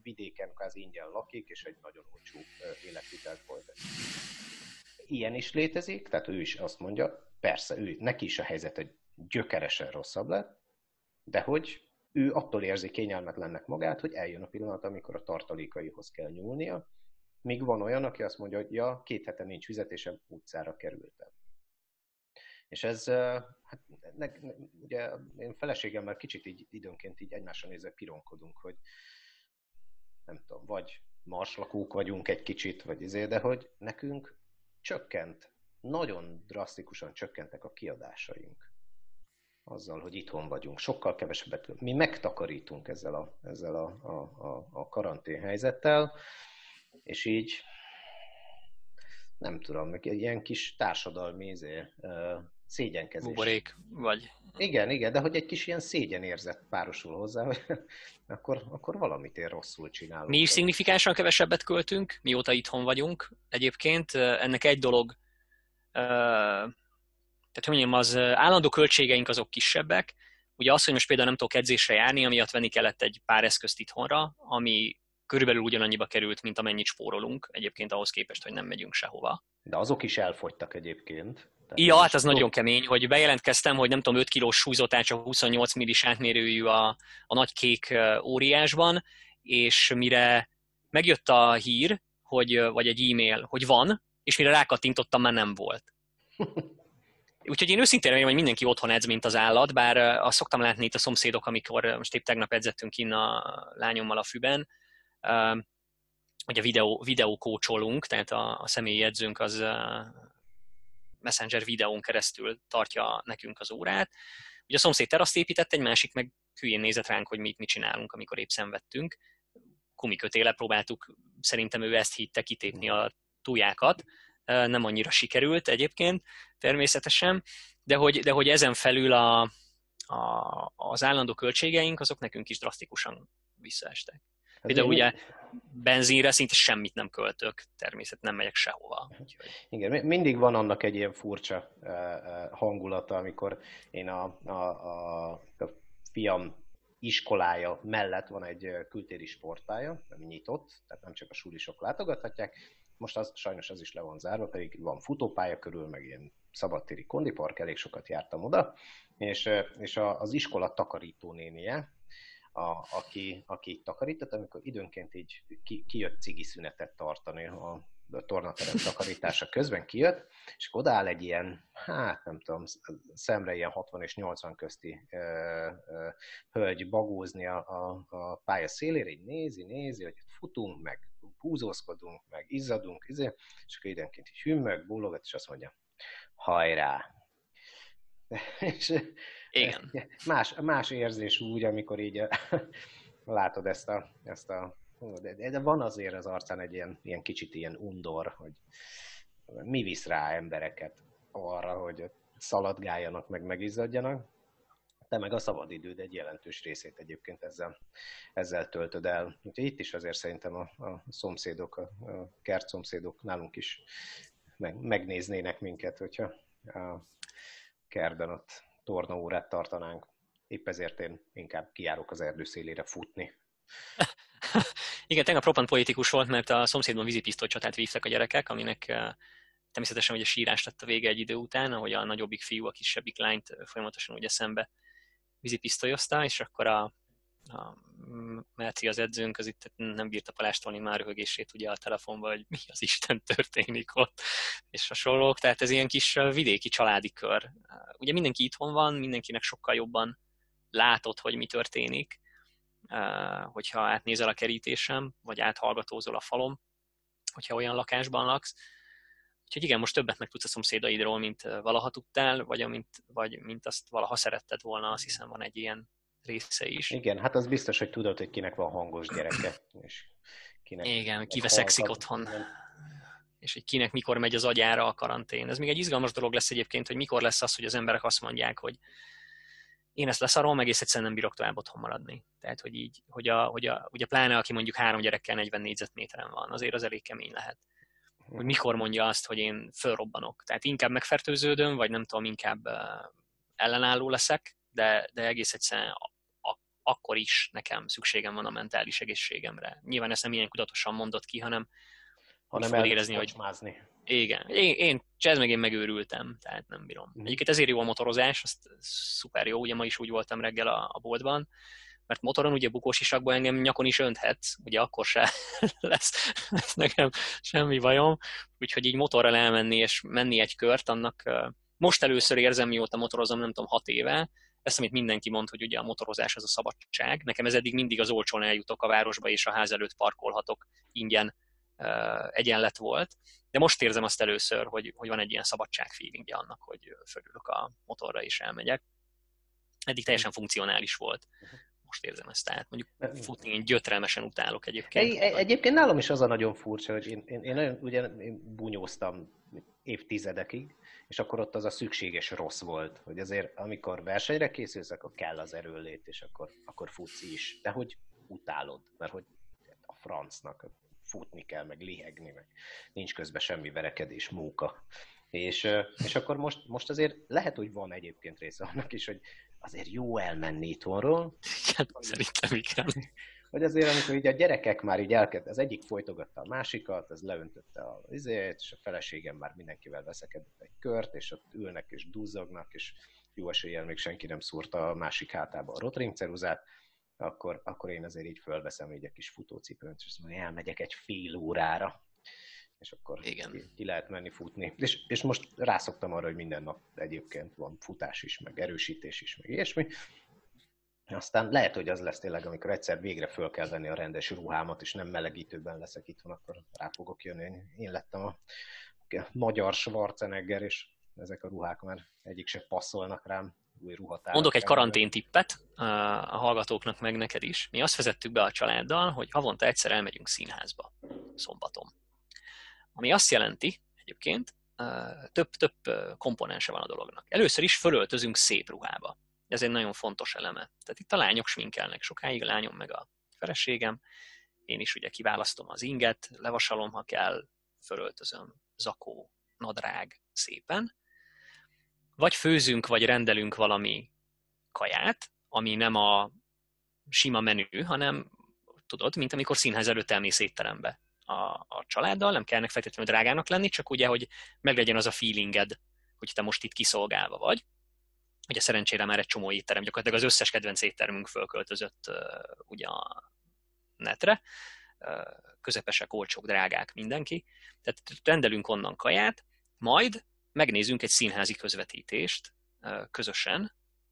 vidéken kvázi ingyen lakik, és egy nagyon olcsó életvitelt folytat. Ilyen is létezik, tehát ő is azt mondja, persze, neki is a helyzet, hogy gyökeresen rosszabb lett, de hogy ő attól érzi kényelmetlennek magát, hogy eljön a pillanat, amikor a tartalékaihoz kell nyúlnia, míg van olyan, aki azt mondja, hogy ja, 2 hete nincs fizetésem, utcára kerültem. És ez, hát ugye én feleségemmel kicsit így időnként így egymásra nézve pironkodunk, hogy nem tudom, vagy marslakók vagyunk egy kicsit, vagy de hogy nekünk csökkent, nagyon drasztikusan csökkentek a kiadásaink. Azzal, hogy itthon vagyunk, sokkal kevesebbet. Mi megtakarítunk ezzel a karanténhelyzettel, és így nem tudom, egy ilyen kis társadalmi szégyenkezés. Buborék vagy. Igen, de hogy egy kis ilyen szégyenérzet párosul hozzá, hogy akkor valamit én rosszul csinálok. Mi is szignifikánsan kevesebbet költünk, mióta itthon vagyunk. Egyébként ennek egy dolog, tehát hogy mondjam, az állandó költségeink azok kisebbek. Ugye az, hogy most például nem tudok edzésre járni, amiatt venni kellett egy pár eszközt itthonra, ami körülbelül ugyanannyiba került, mint amennyit spórolunk, egyébként ahhoz képest, hogy nem megyünk sehova. De azok is elfogytak egyébként. Ja, hát az nagyon kemény, hogy bejelentkeztem, hogy nem tudom, 5 kilós súlyzótárcsa 28 millis átmérőjű a nagy kék óriásban, és mire megjött a hír, vagy egy e-mail, hogy van, és mire rákattintottam, már nem volt. Úgyhogy én őszintén remélem, hogy mindenki otthon edz, mint az állat, bár azt szoktam látni itt a szomszédok, amikor most épp tegnap edzettünk innen a lányommal a füben, hogy a videókócsolunk, tehát a személyi edzőnk az Messenger videón keresztül tartja nekünk az órát. Ugye a szomszéd teraszt épített, egy másik meg hülyén nézett ránk, hogy mit csinálunk, amikor épp szenvedtünk. Gumikötéllel próbáltuk, szerintem ő ezt hitte, kitépni a tujákat. Nem annyira sikerült egyébként, természetesen, de hogy ezen felül az állandó költségeink, azok nekünk is drasztikusan visszaestek. Például ugye benzinre szinte semmit nem költök, természetesen nem megyek sehova. Igen, mindig van annak egy ilyen furcsa hangulata, amikor én a fiam iskolája mellett van egy kültéri sportpálya, ami nyitott, tehát nem csak a sulisok látogathatják. Most sajnos az is le van zárva, pedig van futópálya körül, meg ilyen szabadtéri kondipark, elég sokat jártam oda, és az iskola takarító nénie, aki takarított, amikor időnként így kijött cigi szünetet tartani a tornaterem takarítása közben kijött, és odaáll egy ilyen, hát nem tudom, szemre ilyen 60 és 80 közti hölgy bagózni a pálya szélére, így nézi, hogy futunk, meg húzózkodunk, meg izzadunk, és akkor időnként így hümmög, bólogat, és azt mondja, hajrá! És igen. Más érzés úgy, amikor így látod ezt a de van azért az arcán egy ilyen kicsit ilyen undor, hogy mi visz rá embereket arra, hogy szaladgáljanak, meg megizzadjanak. De meg a szabadidőd egy jelentős részét egyébként ezzel töltöd el. Úgyhogy itt is azért szerintem a szomszédok, a kertszomszédok nálunk is megnéznének minket, hogyha a kertben ott tornaórát tartanánk. Épp ezért én inkább kijárok az erdő szélére futni. Igen, tegnap roppant politikus volt, mert a szomszédban vízipisztolycsatát vívtak a gyerekek, aminek természetesen ugye sírás lett a vége egy idő után, ahogy a nagyobbik fiú a kisebbik lányt folyamatosan ugye szembe vízipisztolyozta, és akkor a Merci az edzőnk, az itt nem bírta palástolni már röhögését ugye a telefonban, hogy mi az Isten történik ott, és hasonlók. Tehát ez ilyen kis vidéki családi kör. Ugye mindenki itthon van, mindenkinek sokkal jobban látod, hogy mi történik, hogyha átnézel a kerítésem, vagy áthallgatózol a falom, hogyha olyan lakásban laksz. Úgyhogy igen, most többet megtudsz a szomszédaidról, mint valaha tudtál, vagy mint azt valaha szeretted volna, azt hiszem van egy ilyen része is. Igen, hát az biztos, hogy tudod, hogy kinek van hangos gyereke. És igen, ki veszekszik otthon. Igen. És hogy kinek mikor megy az agyára a karantén. Ez még egy izgalmas dolog lesz egyébként, hogy mikor lesz az, hogy az emberek azt mondják, hogy én ezt leszarom, egész egyszerűen nem bírok tovább otthon maradni. Tehát, hogy így, ugye pláne, aki mondjuk 3 gyerekkel 40 négyzetméteren van, azért az elég kemény lehet. Hogy mikor mondja azt, hogy én fölrobbanok. Tehát inkább megfertőződöm, vagy nem tudom, inkább ellenálló leszek, de egész egyszerűen akkor is nekem szükségem van a mentális egészségemre. Nyilván ezt nem ilyen tudatosan mondott ki, hanem úgy fogod érezni, hogy igen, én megőrültem, tehát nem bírom. Egyébként ezért jó a motorozás, azt szuper jó, ugye ma is úgy voltam reggel a boltban, mert motoron ugye bukós isakban engem nyakon is önthetsz, ugye akkor se lesz nekem semmi bajom, úgyhogy így motorral elmenni és menni egy kört, annak most először érzem, mióta motorozom, nem tudom, 6 éve, ezt, amit mindenki mond, hogy ugye a motorozás az a szabadság. Nekem ez eddig mindig az olcsón eljutok a városba, és a ház előtt parkolhatok, ingyen egyenlet volt. De most érzem azt először, hogy van egy ilyen szabadság feelingje annak, hogy fölülök a motorra és elmegyek. Eddig teljesen funkcionális volt. Most érzem ezt, tehát mondjuk futni én gyötrelmesen utálok egyébként. Egyébként nálam is az a nagyon furcsa, hogy én bunyóztam évtizedekig, és akkor ott az a szükséges rossz volt, hogy azért amikor versenyre készülsz, akkor kell az erőllét, és akkor futsz is. De hogy utálod, mert hogy a francnak futni kell, meg lihegni, meg nincs közben semmi verekedés, móka. És akkor most azért lehet, hogy van egyébként része annak is, hogy azért jó elmenni itthonról. Hát, szerintem igen. Hogy azért, amikor így a gyerekek már így az egyik folytogatta a másikat, az leöntötte és a feleségem már mindenkivel veszekedett egy kört, és ott ülnek és duzzognak, és jó eséllyel még senki nem szúrta a másik hátába a rotring ceruzát, akkor én azért így fölveszem így a kis futócipőnt, és azt mondom, elmegyek egy fél órára, és akkor ki lehet menni futni. És most rászoktam arra, hogy minden nap egyébként van futás is, meg erősítés is, meg ilyesmi. Aztán lehet, hogy az lesz tényleg, amikor egyszer végre föl kell venni a rendes ruhámat, és nem melegítőben leszek itthon, akkor rá fogok jönni. Én lettem a magyar Schwarzenegger, és ezek a ruhák már egyik se passzolnak rám. Új ruhatárat. Mondok egy karanténtippet a hallgatóknak, meg neked is. Mi azt vezettük be a családdal, hogy havonta egyszer elmegyünk színházba szombaton. Ami azt jelenti egyébként, több komponense van a dolognak. Először is fölöltözünk szép ruhába. Ez egy nagyon fontos eleme. Tehát itt a lányok sminkelnek sokáig, a lányom meg a feleségem. Én is ugye kiválasztom az inget, levasalom, ha kell, fölöltözöm, zakó, nadrág szépen. Vagy főzünk, vagy rendelünk valami kaját, ami nem a sima menü, hanem tudod, mint amikor színház előtt elmész étterembe a családdal, nem kellene feltétlenül drágának lenni, csak ugye, hogy meglegyen az a feelinged, hogy te most itt kiszolgálva vagy. Ugye szerencsére már egy csomó étterem, gyakorlatilag az összes kedvenc éttermünk fölköltözött ugye a netre, közepesek, olcsók, drágák, mindenki. Tehát rendelünk onnan kaját, majd megnézünk egy színházi közvetítést közösen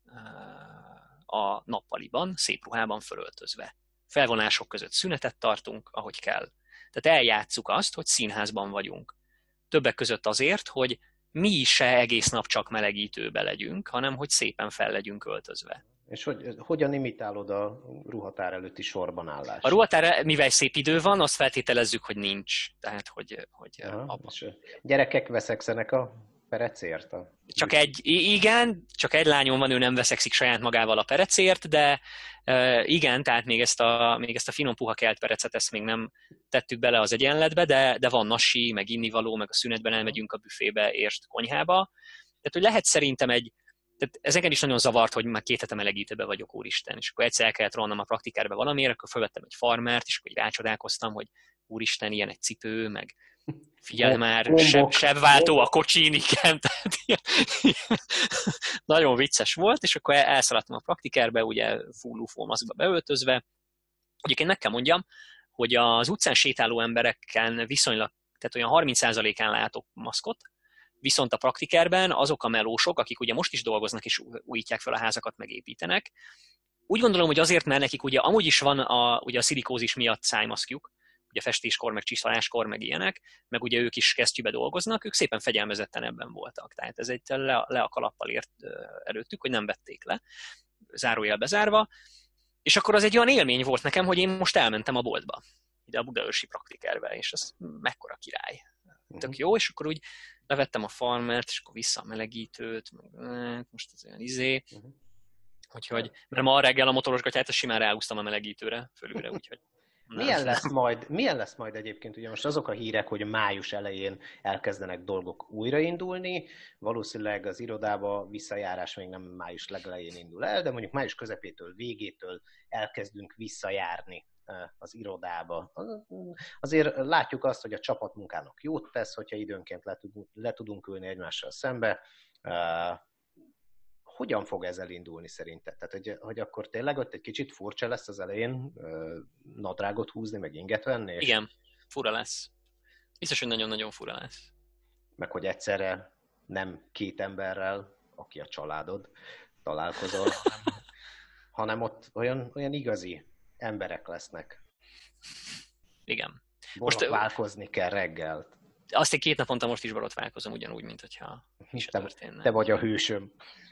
a nappaliban, szép ruhában fölöltözve. Felvonások között szünetet tartunk, ahogy kell. Tehát eljátsszuk azt, hogy színházban vagyunk. Többek között azért, hogy mi is se egész nap csak melegítőbe legyünk, hanem hogy szépen fel legyünk öltözve. És hogyan imitálod a ruhatár előtti sorban állást? A ruhatár, mivel szép idő van, azt feltételezzük, hogy nincs. Tehát, hogy gyerekek veszekszenek a perecért? Csak egy lányom van, ő nem veszekszik saját magával a perecért, de igen, tehát még ezt a finom puha kelt perecet, ezt még nem tettük bele az egyenletbe, de van nasi, meg innivaló, meg a szünetben elmegyünk a büfébe, érst konyhába. Tehát, hogy lehet szerintem tehát ez engem is nagyon zavart, hogy már 2 hete melegítőbe vagyok, úristen, és akkor egyszer el kellett rohannom a praktikárba valamiért, akkor felvettem egy farmert, és akkor így rácsodálkoztam, hogy úristen, ilyen egy cipő, meg figyelj már, sebváltó a kocsin, igen, tehát ilyen, nagyon vicces volt, és akkor elszaladtam a praktikárba, ugye full UFO maszkba beöltözve. Egyébként meg kell mondjam, hogy az utcán sétáló embereken viszonylag, tehát olyan 30%-án látok maszkot, viszont a praktikárben azok a melósok, akik ugye most is dolgoznak és újítják fel a házakat, megépítenek, úgy gondolom, hogy azért, mert nekik ugye amúgy is van ugye a szilikózis miatt szájmaszkjuk, ugye festéskor, meg csiszoláskor, meg ilyenek, meg ugye ők is kesztyűbe dolgoznak, ők szépen fegyelmezetten ebben voltak. Tehát ez egy le a kalappal ért előttük, hogy nem vették le, zárójel bezárva, és akkor az egy olyan élmény volt nekem, hogy én most elmentem a boltba, ide a budaörsi praktikárba, és az mekkora király. Tök jó, és akkor úgy levettem a farmert, és akkor vissza a melegítőt, meg most ez olyan úgyhogy, mert ma reggel a motoros gatyát simán ráhúztam a melegítőre, fölülre, úgyhogy Milyen lesz majd egyébként, ugye most azok a hírek, hogy május elején elkezdenek dolgok újraindulni, valószínűleg az irodába visszajárás még nem május legelején indul el, de mondjuk május közepétől, végétől elkezdünk visszajárni az irodába. Azért látjuk azt, hogy a csapatmunkának jót tesz, hogyha időnként le tudunk ülni egymással szembe. Hogyan fog ez elindulni szerinted? Tehát, hogy akkor tényleg ott egy kicsit furcsa lesz az elején nadrágot húzni, meg inget venni? És... Igen, fura lesz. Biztos, hogy nagyon-nagyon fura lesz. Meg hogy egyszerre nem két emberrel, aki a családod, találkozol, hanem ott olyan igazi emberek lesznek. Igen. Borotválkozni kell reggel. Azt én 2 naponta most is borotválkozom ugyanúgy, mint hogyha is történne. Te vagy a hősöm.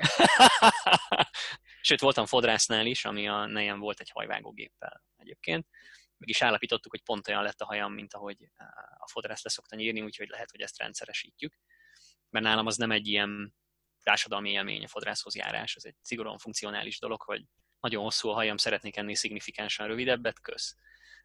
Sőt, voltam fodrásznál is, ami a nejem volt egy hajvágógéppel egyébként. Meg is állapítottuk, hogy pont olyan lett a hajam, mint ahogy a fodrász leszokta nyírni, úgyhogy lehet, hogy ezt rendszeresítjük. Mert nálam az nem egy ilyen társadalmi élmény a fodrászhoz járás, ez egy szigorúan funkcionális dolog, hogy nagyon hosszú a hajam, szeretnék ennél szignifikánsan rövidebbet, kösz.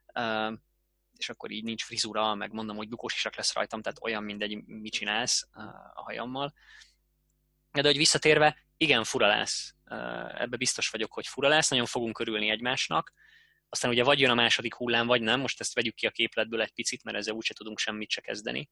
És akkor így nincs frizura, meg mondom, hogy bukós isak lesz rajtam, tehát olyan mindegy, mit csinálsz a hajammal. De hogy visszatérve, igen, fura lesz. Ebbe biztos vagyok, hogy fura lesz, nagyon fogunk örülni egymásnak. Aztán ugye vagy jön a második hullám, vagy nem, most ezt vegyük ki a képletből egy picit, mert ezzel úgyse tudunk semmit se kezdeni.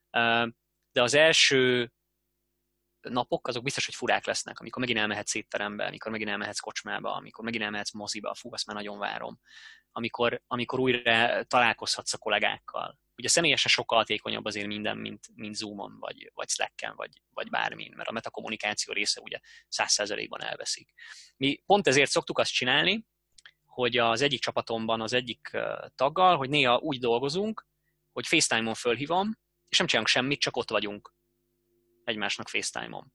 De az első napok azok biztos, hogy furák lesznek, amikor megint elmehetsz étterembe, amikor megint elmehetsz kocsmába, amikor megint elmehetsz moziba, fú, azt már nagyon várom. Amikor újra találkozhatsz a kollégákkal. Ugye személyesen sokkal hatékonyabb azért minden, mint Zoomon, vagy Slacken, vagy bármin, mert a metakommunikáció része ugye 100%-ban elveszik. Mi pont ezért szoktuk azt csinálni, hogy az egyik csapatomban az egyik taggal, hogy néha úgy dolgozunk, hogy FaceTime-on fölhívom, és nem csinálunk semmit, csak ott vagyunk egymásnak FaceTime-on.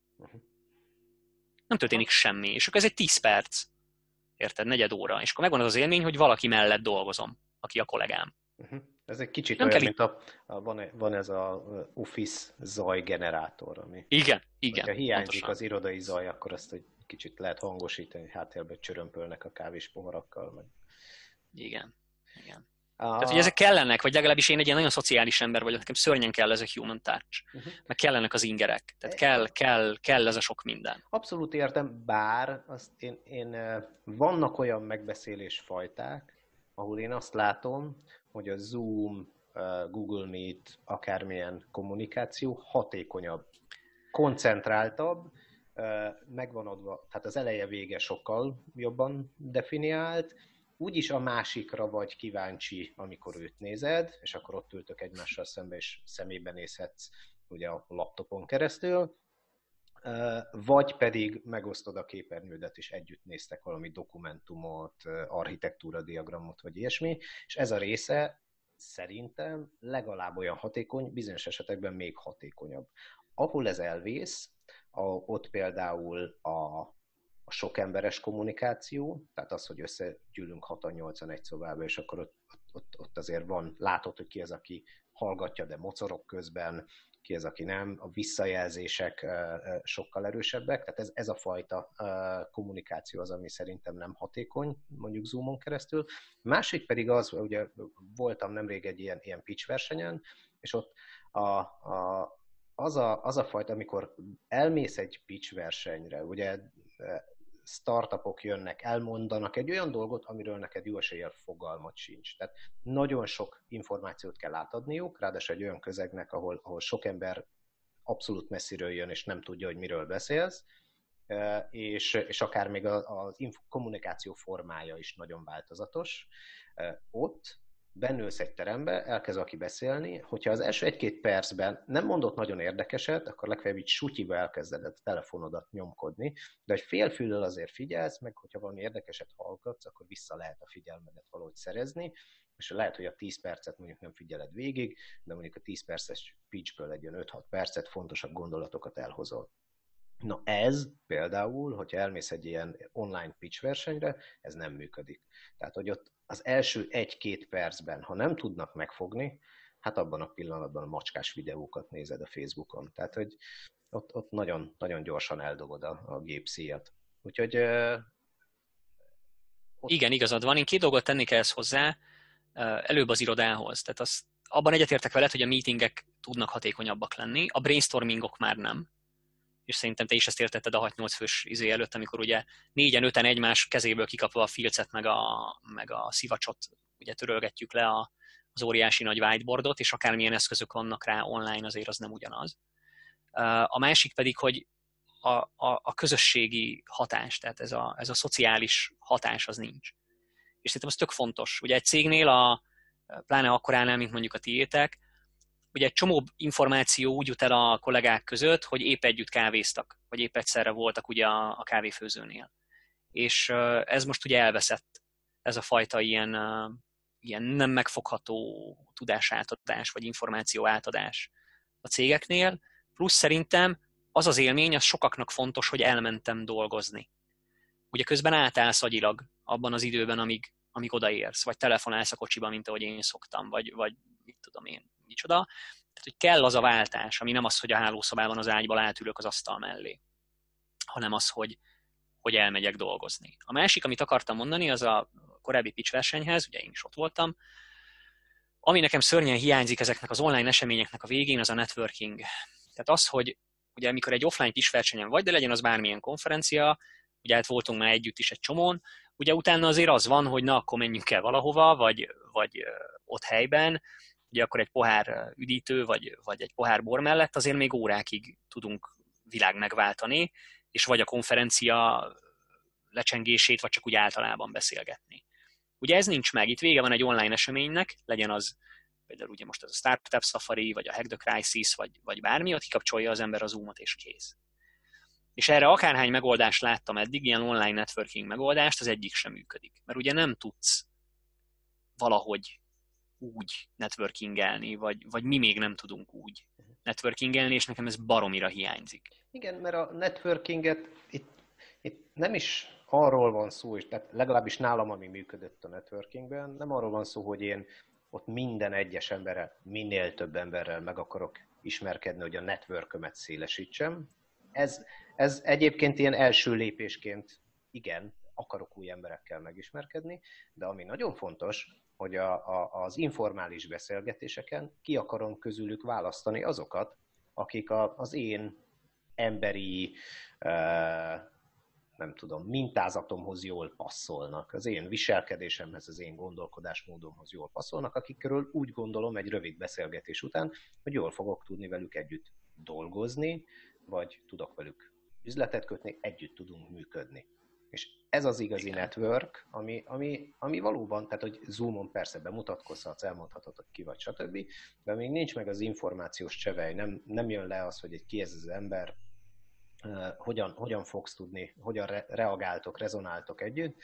Nem történik semmi, és akkor ez egy 10 perc, érted, 4 óra, és akkor megvan az élmény, hogy valaki mellett dolgozom, aki a kollégám. Ez egy kicsit nem olyan, mint van ez a Office zajgenerátor, ami... Igen. Ha hiányzik pontosan az irodai zaj, akkor ezt egy kicsit lehet hangosítani, háttérben csörömpölnek a kávés poharakkal. Meg. Igen. Tehát, hogy ezek kellenek, vagy legalábbis én egy ilyen nagyon szociális ember vagyok, nekem szörnyen kell ez a human touch, meg kellenek az ingerek, tehát kell ez a sok minden. Abszolút értem, bár azt én vannak olyan megbeszélésfajták, ahol én azt látom, hogy a Zoom, Google Meet, akármilyen kommunikáció hatékonyabb, koncentráltabb, megvan adva, tehát az eleje vége sokkal jobban definiált, úgyis a másikra vagy kíváncsi, amikor őt nézed, és akkor ott ültök egymással szembe, és szemébe nézhetsz ugye a laptopon keresztül, vagy pedig megosztod a képernyődet, és együtt néztek valami dokumentumot, architektúra diagramot, vagy ilyesmi, és ez a része szerintem legalább olyan hatékony, bizonyos esetekben még hatékonyabb. Ahol ez elvész, ott például a sok emberes kommunikáció, tehát az, hogy összegyűlünk 6-8-an egy szobába, és akkor ott azért van, látod, hogy ki az, aki hallgatja, de mocorog közben, ki az, aki nem, a visszajelzések sokkal erősebbek, tehát ez a fajta kommunikáció az, ami szerintem nem hatékony, mondjuk Zoomon keresztül. Másik pedig az, ugye voltam nemrég egy ilyen pitch versenyen, és ott az a fajta, amikor elmész egy pitch versenyre, ugye startupok jönnek, elmondanak egy olyan dolgot, amiről neked jó eséllyel fogalmat sincs. Tehát nagyon sok információt kell átadniuk, ráadásul egy olyan közegnek, ahol sok ember abszolút messziről jön, és nem tudja, hogy miről beszélsz, és akár még az kommunikáció formája is nagyon változatos. Ott bennülsz egy terembe, elkezd aki beszélni, hogyha az első 1-2 percben nem mondott nagyon érdekeset, akkor legfeljebb így sutyiba elkezded a telefonodat nyomkodni, de hogy félfüllel azért figyelsz, meg hogyha valami érdekeset hallgatsz, akkor vissza lehet a figyelmedet valahogy szerezni, és lehet, hogy a 10 percet mondjuk nem figyeled végig, de mondjuk a 10 perces pitchből egy olyan 5-6 percet fontosabb gondolatokat elhozol. Na ez például, hogyha elmész egy ilyen online pitch versenyre, ez nem működik. Tehát, hogy ott az első 1-2 percben, ha nem tudnak megfogni, hát abban a pillanatban a macskás videókat nézed a Facebookon. Tehát, hogy ott nagyon, nagyon gyorsan eldobod a gép szíjat. Úgyhogy... Igen, igazad van. Én 2 dolgot tennék ehhez hozzá. előbb az irodához. Tehát abban egyetértek veled, hogy a meetingek tudnak hatékonyabbak lenni, a brainstormingok már nem. És szerintem te is ezt értetted a 6-8 fős előtt, amikor ugye 4-5 egymás kezéből kikapva a filcet meg a szivacsot ugye törölgetjük le az óriási nagy whiteboardot, és akármilyen eszközök vannak rá online, azért az nem ugyanaz. A másik pedig, hogy a közösségi hatás, tehát ez a szociális hatás az nincs. És szerintem ez tök fontos. Ugye egy cégnél, pláne akkoránál, mint mondjuk a tiétek, ugye egy csomó információ úgy jut el a kollégák között, hogy épp együtt kávéztak, vagy épp egyszerre voltak ugye a kávéfőzőnél. És ez most ugye elveszett, ez a fajta ilyen nem megfogható tudásátadás, vagy információ átadás a cégeknél. Plusz szerintem az az élmény, az sokaknak fontos, hogy elmentem dolgozni. Ugye közben átállsz agyilag abban az időben, amíg odaérsz, vagy telefonálsz a kocsiba, mint ahogy én szoktam, vagy mit tudom én, micsoda. Tehát, hogy kell az a váltás, ami nem az, hogy a hálószobában az ágyban átülök az asztal mellé, hanem az, hogy elmegyek dolgozni. A másik, amit akartam mondani, az a korábbi pitch versenyhez, ugye én is ott voltam, ami nekem szörnyen hiányzik ezeknek az online eseményeknek a végén, az a networking. Tehát az, hogy ugye amikor egy offline pitch versenyen vagy, de legyen az bármilyen konferencia, ugye hát voltunk már együtt is egy csomón, ugye utána azért az van, hogy na, akkor menjünk el valahova, vagy ott helyben, ugye akkor egy pohár üdítő, vagy egy pohár bor mellett azért még órákig tudunk világ megváltani, és vagy a konferencia lecsengését, vagy csak úgy általában beszélgetni. Ugye ez nincs meg, itt vége van egy online eseménynek, legyen az például ugye most ez a Startup Safari, vagy a Hack the Crisis, vagy bármi, ott kikapcsolja az ember a Zoom-ot és kész. És erre akárhány megoldást láttam eddig, ilyen online networking megoldást, az egyik sem működik. Mert ugye nem tudsz valahogy úgy networkingelni, vagy mi még nem tudunk úgy networkingelni, és nekem ez baromira hiányzik. Igen, mert a networkinget itt nem is arról van szó, és tehát legalábbis nálam, ami működött a networkingben, nem arról van szó, hogy én ott minden egyes emberrel, minél több emberrel meg akarok ismerkedni, hogy a networkömet szélesítsem. Ez egyébként ilyen első lépésként, igen, akarok új emberekkel megismerkedni, de ami nagyon fontos, hogy az informális beszélgetéseken ki akarom közülük választani azokat, akik az én emberi, nem tudom, mintázatomhoz jól passzolnak, az én viselkedésemhez, az én gondolkodásmódomhoz jól passzolnak, akikről úgy gondolom egy rövid beszélgetés után, hogy jól fogok tudni velük együtt dolgozni, vagy tudok velük üzletet kötni, együtt tudunk működni. És ez az igazi network, ami valóban, tehát hogy Zoomon persze bemutatkozhatsz, elmondhatod, hogy ki vagy, stb., de még nincs meg az információs csevely, nem jön le az, hogy ki ez az ember, hogyan fogsz tudni, hogyan reagáltok, rezonáltok együtt.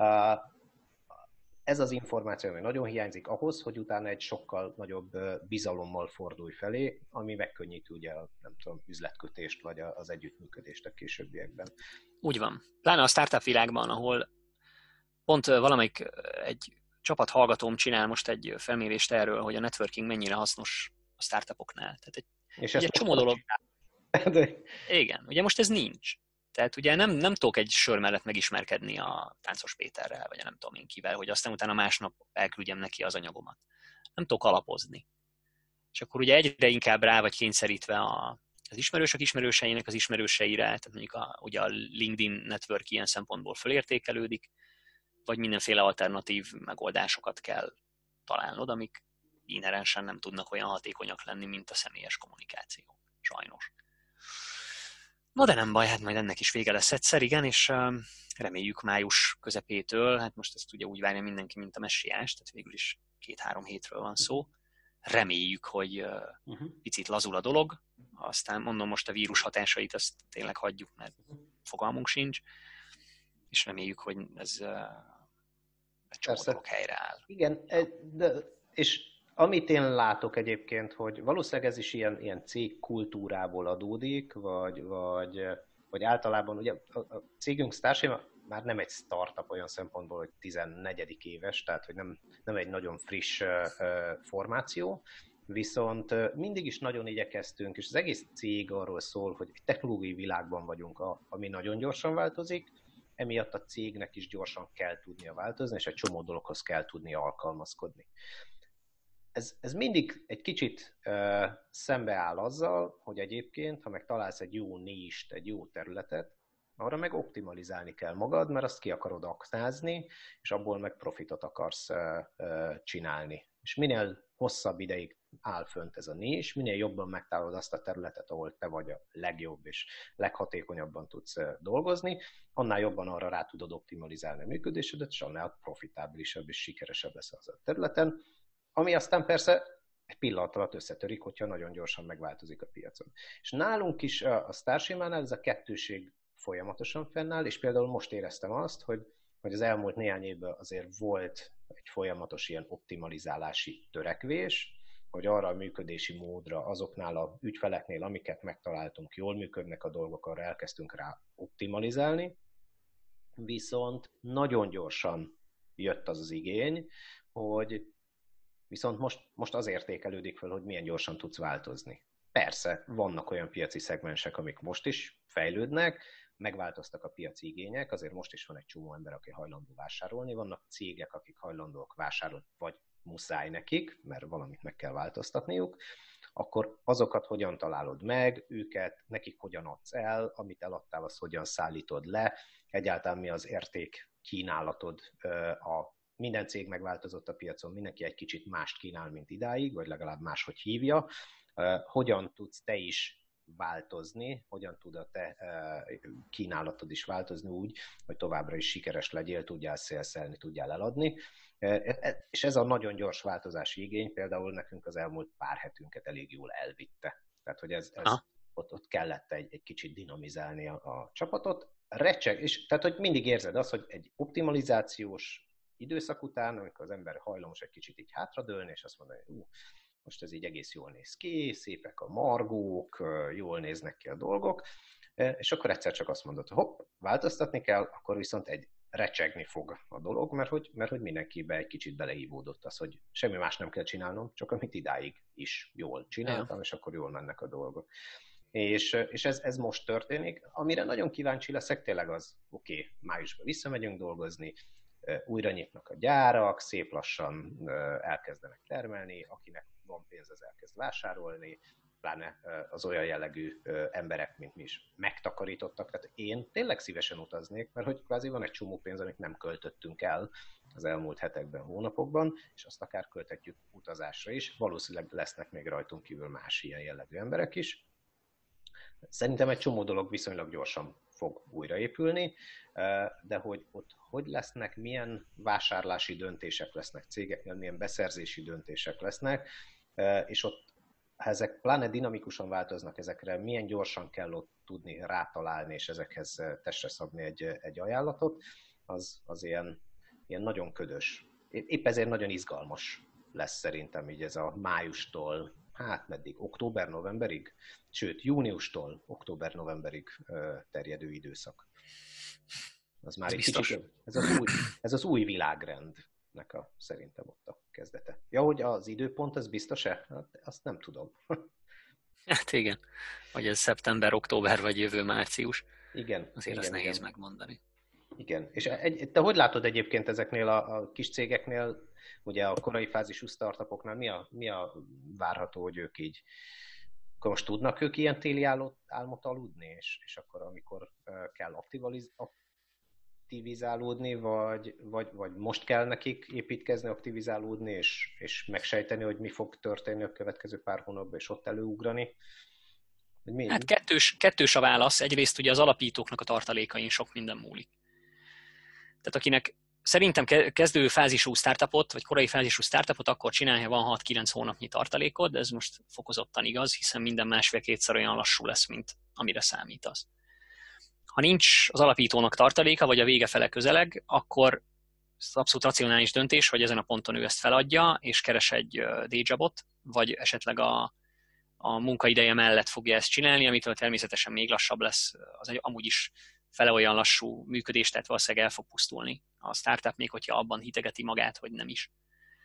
Ez az információ, ami nagyon hiányzik ahhoz, hogy utána egy sokkal nagyobb bizalommal fordulj felé, ami megkönnyíti ugye a, nem tudom, üzletkötést, vagy az együttműködést a későbbiekben. Úgy van. Pláne a startup világban, ahol pont valamelyik egy csapat hallgatóm csinál most egy felmérést erről, hogy a networking mennyire hasznos a startupoknál. Tehát egy csomó dolog. Igen, ugye most ez nincs. Tehát ugye nem tudok egy sör mellett megismerkedni a Táncos Péterrel, vagy nem tudom én kivel, hogy aztán utána másnap elküldjem neki az anyagomat. Nem tudok alapozni. És akkor ugye egyre inkább rá vagy kényszerítve az ismerősök ismerőseinek az ismerőseire, tehát mondjuk ugye a LinkedIn network ilyen szempontból fölértékelődik, vagy mindenféle alternatív megoldásokat kell találnod, amik inherensen nem tudnak olyan hatékonyak lenni, mint a személyes kommunikáció. Sajnos. Na de nem baj, hát majd ennek is vége lesz egyszer, igen, és reméljük május közepétől, hát most ezt ugye úgy várja mindenki, mint a messiás, tehát végül is 2-3 hétről van szó. Reméljük, hogy picit lazul a dolog, aztán mondom most a vírus hatásait, azt tényleg hagyjuk, mert fogalmunk sincs, és reméljük, hogy ez egy csomó dolog helyreáll. Igen, és amit én látok egyébként, hogy valószínűleg ez is ilyen cégkultúrából adódik, vagy általában, ugye a cégünk Starship már nem egy startup olyan szempontból, hogy 14. éves, tehát hogy nem egy nagyon friss formáció, viszont mindig is nagyon igyekeztünk, és az egész cég arról szól, hogy egy technológiai világban vagyunk, ami nagyon gyorsan változik, emiatt a cégnek is gyorsan kell tudnia változni, és egy csomó dologhoz kell tudnia alkalmazkodni. Ez mindig egy kicsit szembeáll azzal, hogy egyébként, ha meg találsz egy jó nist, egy jó területet, arra meg optimalizálni kell magad, mert azt ki akarod aknázni, és abból meg profitot akarsz csinálni. És minél hosszabb ideig áll fönt ez a nis, minél jobban megtalálod azt a területet, ahol te vagy a legjobb és leghatékonyabban tudsz dolgozni, annál jobban arra rá tudod optimalizálni a működésedet, és annál profitábilisabb és sikeresebb lesz az a területen, ami aztán persze egy pillanat alatt összetörik, hogyha nagyon gyorsan megváltozik a piacon. És nálunk is a Starsimánál ez a kettőség folyamatosan fennáll, és például most éreztem azt, hogy az elmúlt néhány évben azért volt egy folyamatos ilyen optimalizálási törekvés, hogy arra a működési módra, azoknál a ügyfeleknél, amiket megtaláltunk, jól működnek a dolgok, arra elkezdtünk rá optimalizálni, viszont nagyon gyorsan jött az igény, hogy viszont most az értékelődik fel, hogy milyen gyorsan tudsz változni. Persze, vannak olyan piaci szegmensek, amik most is fejlődnek, megváltoztak a piaci igények, azért most is van egy csomó ember, aki hajlandó vásárolni, vannak cégek, akik hajlandóak vásárolni, vagy muszáj nekik, mert valamit meg kell változtatniuk, akkor azokat hogyan találod meg, őket, nekik hogyan adsz el, amit eladtál, azt hogyan szállítod le, egyáltalán mi az érték kínálatod. Minden cég megváltozott a piacon, mindenki egy kicsit mást kínál, mint idáig, vagy legalább máshogy hívja. Hogyan tudsz te is változni, hogyan tud a te kínálatod is változni úgy, hogy továbbra is sikeres legyél, tudjál szélszelni, tudjál eladni. És ez a nagyon gyors változási igény például nekünk az elmúlt pár hetünket elég jól elvitte. Tehát, hogy ott kellett egy kicsit dinamizálni a csapatot. Tehát, hogy mindig érzed azt, hogy egy optimalizációs időszak után, amikor az ember hajlamos egy kicsit így hátradőlni, és azt mondani, hogy most ez így egész jól néz ki, szépek a margók, jól néznek ki a dolgok, és akkor egyszer csak azt mondod, hogy hopp, változtatni kell, akkor viszont recsegni fog a dolog, mert hogy mindenkibe egy kicsit belehívódott az, hogy semmi más nem kell csinálnom, csak amit idáig is jól csináltam, és akkor jól mennek a dolgok. És ez most történik. Amire nagyon kíváncsi leszek, tényleg az, oké, májusban visszamegyünk dolgozni, újra nyitnak a gyárak, szép lassan elkezdenek termelni, akinek van pénz, az elkezd vásárolni, pláne az olyan jellegű emberek, mint mi is megtakarítottak. Tehát én tényleg szívesen utaznék, mert hogy kvázi van egy csomó pénz, amit nem költöttünk el az elmúlt hetekben, hónapokban, és azt akár költhetjük utazásra is. Valószínűleg lesznek még rajtunk kívül más ilyen jellegű emberek is. Szerintem egy csomó dolog viszonylag gyorsan fog újraépülni, de hogy ott hogy lesznek, milyen vásárlási döntések lesznek cégeknél, milyen beszerzési döntések lesznek, és ott ha ezek pláne dinamikusan ezekre, milyen gyorsan kell ott tudni rátalálni, és ezekhez testre szabni egy ajánlatot, az ilyen nagyon ködös. Épp ezért nagyon izgalmas lesz szerintem így ez a májustól, hát meddig, október-novemberig, sőt, júniustól október-novemberig terjedő időszak. Az már egy kicsit, ez az új világrendnek szerintem ott a kezdete. Ja, hogy az időpont, ez biztos-e? Hát, azt nem tudom. Hát igen, hogy ez szeptember, október vagy jövő március. Igen. Azért ez nehéz megmondani. Igen. És te hogy látod egyébként ezeknél a kis cégeknél, ugye a korai fázisú startupoknál mi a várható, hogy ők így, akkor most tudnak ők ilyen téli álmot aludni, és akkor amikor kell aktivizálódni, vagy most kell nekik építkezni, aktivizálódni, és megsejteni, hogy mi fog történni a következő pár hónapban, és ott előugrani? Hát kettős a válasz. Egyrészt ugye az alapítóknak a tartalékain sok minden múlik. Tehát akinek szerintem kezdő fázisú startupot, vagy korai fázisú startupot akkor csinálja, ha van 6-9 hónapnyi tartalékod, de ez most fokozottan igaz, hiszen minden másfél-kétszer olyan lassú lesz, mint amire számítasz. Ha nincs az alapítónak tartaléka, vagy a vége fele közeleg, akkor abszolút racionális döntés, hogy ezen a ponton ő ezt feladja, és keres egy day jobot, vagy esetleg a munkaideje mellett fogja ezt csinálni, amitől természetesen még lassabb lesz az amúgy is fele olyan lassú működés, tehát valószínűleg el fog pusztulni a startup, még hogyha abban hitegeti magát, hogy nem is.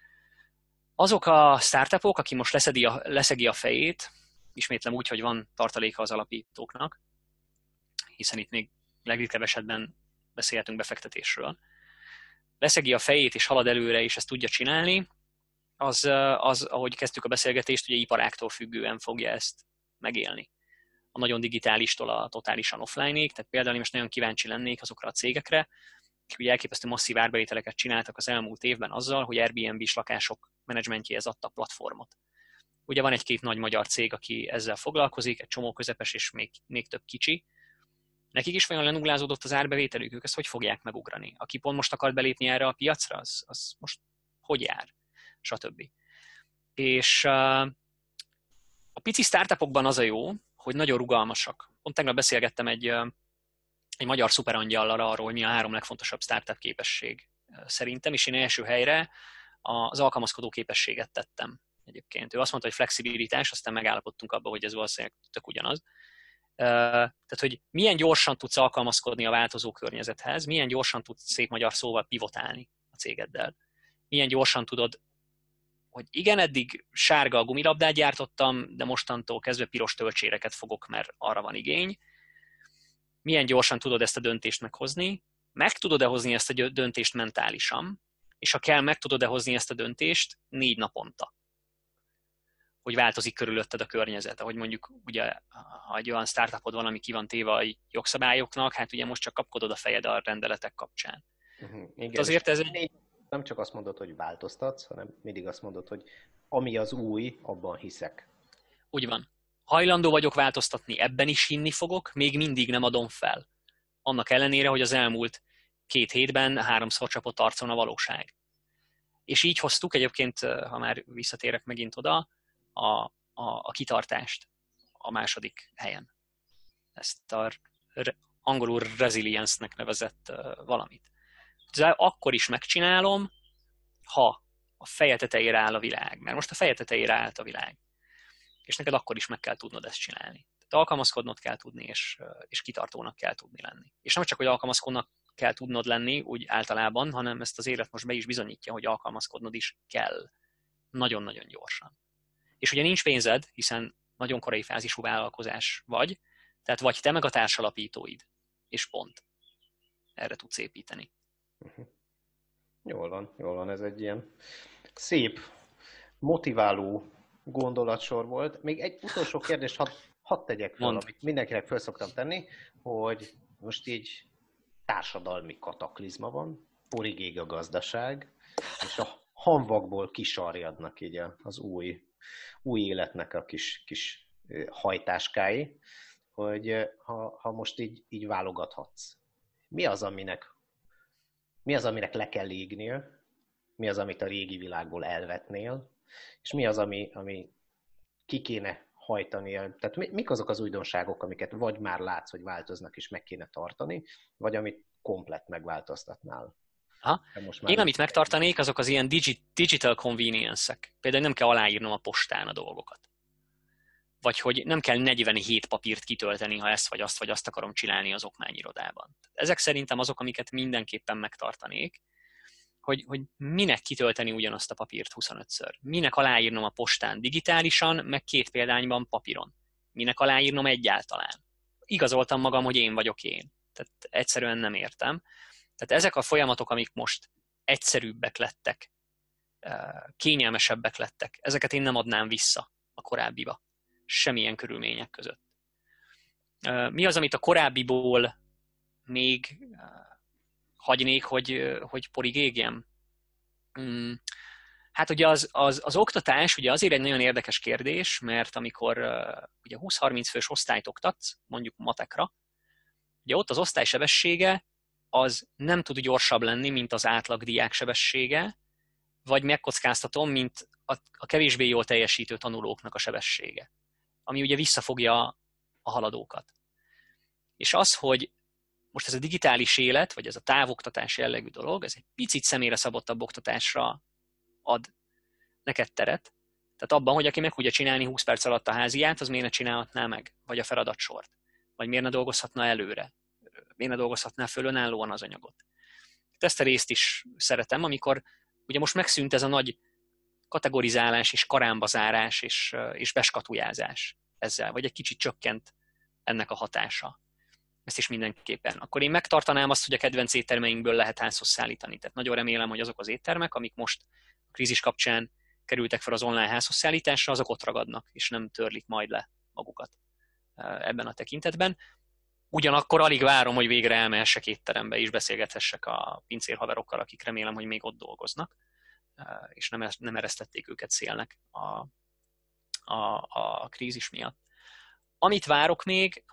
Azok a startupok, aki most leszegi a fejét, ismétlem úgy, hogy van tartaléka az alapítóknak, hiszen itt még legritkább esetben beszélhetünk befektetésről, leszegi a fejét és halad előre, és ezt tudja csinálni, az, ahogy kezdtük a beszélgetést, ugye iparáktól függően fogja ezt megélni. A nagyon digitálistól a totálisan offline-ig, tehát például én most nagyon kíváncsi lennék azokra a cégekre, akik ugye elképesztő masszív árbevételeket csináltak az elmúlt évben azzal, hogy Airbnb-s lakások menedzsmentjéhez adta platformot. Ugye van egy-két nagy magyar cég, aki ezzel foglalkozik, egy csomó közepes és még több kicsi. Nekik is olyan lenullázódott az árbevételük, ők ezt hogy fogják megugrani? Aki pont most akar belépni erre a piacra, az most hogy jár? Stb. És a pici startupokban az a jó, hogy nagyon rugalmasak. Pont tegnap beszélgettem egy magyar szuperangyallal arról, hogy mi a 3 legfontosabb startup képesség szerintem, és én első helyre az alkalmazkodó képességet tettem egyébként. Ő azt mondta, hogy flexibilitás, aztán megállapodtunk abba, hogy ez valószínűleg tök ugyanaz. Tehát, hogy milyen gyorsan tudsz alkalmazkodni a változó környezethez, milyen gyorsan tudsz szép magyar szóval pivotálni a cégeddel. Milyen gyorsan tudod, hogy igen, eddig sárga a gumilabdát gyártottam, de mostantól kezdve piros töltséreket fogok, mert arra van igény. Milyen gyorsan tudod ezt a döntést meghozni, meg tudod-e hozni ezt a döntést mentálisan, és ha kell, meg tudod-e hozni ezt a döntést 4 naponta, hogy változik körülötted a környezet. Ahogy mondjuk, ugye, ha egy olyan startupod van, ami ki van téve a jogszabályoknak, hát ugye most csak kapkodod a fejed a rendeletek kapcsán. Igen, azért ez nem csak azt mondod, hogy változtatsz, hanem mindig azt mondod, hogy ami az új, abban hiszek. Úgy van. Hajlandó vagyok változtatni, ebben is hinni fogok, még mindig nem adom fel. Annak ellenére, hogy az elmúlt 2 hétben 3-szor csapott arcon a valóság. És így hoztuk egyébként, ha már visszatérek megint oda, a kitartást a második helyen. Ezt a angolul resilience-nek nevezett valamit. De akkor is megcsinálom, ha a feje tetejére áll a világ. Mert most a feje tetejére állt a világ. És neked akkor is meg kell tudnod ezt csinálni. Tehát alkalmazkodnod kell tudni, és kitartónak kell tudni lenni. És nem csak, hogy alkalmazkodnak kell tudnod lenni, úgy általában, hanem ezt az élet most be is bizonyítja, hogy alkalmazkodnod is kell. Nagyon-nagyon gyorsan. És ugye nincs pénzed, hiszen nagyon korai fázisú vállalkozás vagy, tehát vagy te meg a társalapítóid, és pont. Erre tudsz építeni. Jól van, ez egy ilyen szép, motiváló gondolatsor volt. Még egy utolsó kérdést hadd tegyek fel, amit mindenkinek föl szoktam tenni, hogy most így társadalmi kataklizma van, porig ég a gazdaság, és a hamvakból kisarjadnak így az új életnek a kis hajtáskái, hogy ha most így válogathatsz. Mi az, aminek le kell égnél, mi az, amit a régi világból elvetnél, és mi az, ami ki kéne hajtani. Tehát mik azok az újdonságok, amiket vagy már látsz, hogy változnak, és meg kéne tartani, vagy amit komplett megváltoztatnál. Én amit megtartanék, azok az ilyen digital convenience-ek. Például nem kell aláírnom a postán a dolgokat. Vagy hogy nem kell 47 papírt kitölteni, ha ezt vagy azt akarom csinálni az okmányirodában. Ezek szerintem azok, amiket mindenképpen megtartanék, hogy minek kitölteni ugyanazt a papírt 25-ször. Minek aláírnom a postán digitálisan, meg 2 példányban papíron. Minek aláírnom egyáltalán. Igazoltam magam, hogy én vagyok én. Tehát egyszerűen nem értem. Tehát ezek a folyamatok, amik most egyszerűbbek lettek, kényelmesebbek lettek, ezeket én nem adnám vissza a korábbiba. Semmilyen körülmények között. Mi az, amit a korábbiból még hagynék, hogy porig égjem? Hát ugye az oktatás ugye azért egy nagyon érdekes kérdés, mert amikor ugye 20-30 fős osztályt oktatsz, mondjuk matekra, ugye ott az osztály sebessége az nem tud gyorsabb lenni, mint az átlag diák sebessége, vagy megkockáztatom, mint a kevésbé jól teljesítő tanulóknak a sebessége, ami ugye visszafogja a haladókat. És az, hogy most ez a digitális élet, vagy ez a távoktatás jellegű dolog, ez egy picit személyre szabottabb oktatásra ad neked teret. Tehát abban, hogy aki meg tudja csinálni 20 perc alatt a háziát, az miért ne csinálhatná meg? Vagy a feladatsort? Vagy miért ne dolgozhatna előre? Miért ne dolgozhatná föl önállóan az anyagot? Ezt a részt is szeretem, amikor ugye most megszűnt ez a nagy kategorizálás és karámbazárás és beskatujázás ezzel, vagy egy kicsit csökkent ennek a hatása. Ezt is mindenképpen. Akkor én megtartanám azt, hogy a kedvenc éttermeinkből lehet házhoz szállítani. Tehát nagyon remélem, hogy azok az éttermek, amik most a krízis kapcsán kerültek fel az online házhoz szállításra, azok ott ragadnak, és nem törlik majd le magukat ebben a tekintetben. Ugyanakkor alig várom, hogy végre elmehessek étterembe, és beszélgethessek a pincérhaverokkal, akik remélem, hogy még ott dolgoznak, és nem eresztették őket szélnek a krízis miatt. Amit várok még,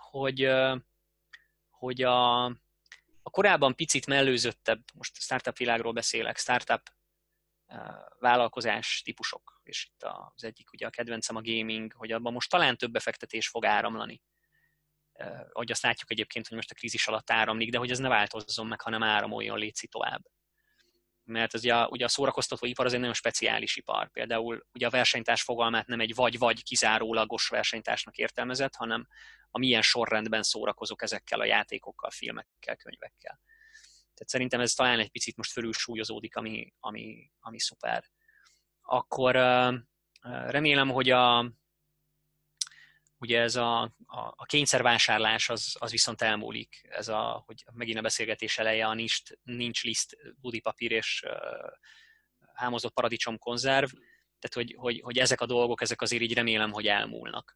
hogy a korábban picit mellőzöttebb, most startup világról beszélek, startup vállalkozás típusok, és itt az egyik, ugye a kedvencem a gaming, hogy abban most talán több befektetés fog áramlani. Ahogy azt látjuk egyébként, hogy most a krízis alatt áramlik, de hogy ez ne változzon meg, hanem áramoljon létszi tovább. Mert ez ugye a szórakoztatóipar az egy nagyon speciális ipar. Például ugye a versenytárs fogalmát nem egy vagy-vagy kizárólagos versenytársnak értelmezett, hanem a milyen sorrendben szórakozok ezekkel a játékokkal, filmekkel, könyvekkel. Tehát szerintem ez talán egy picit most fölülsúlyozódik, ami szuper. Akkor remélem, hogy ugye ez a kényszervásárlás az viszont elmúlik. Hogy megint a beszélgetés eleje a nincs liszt budipapír és hámozott paradicsom konzerv, tehát hogy ezek a dolgok, ezek azért így remélem, hogy elmúlnak.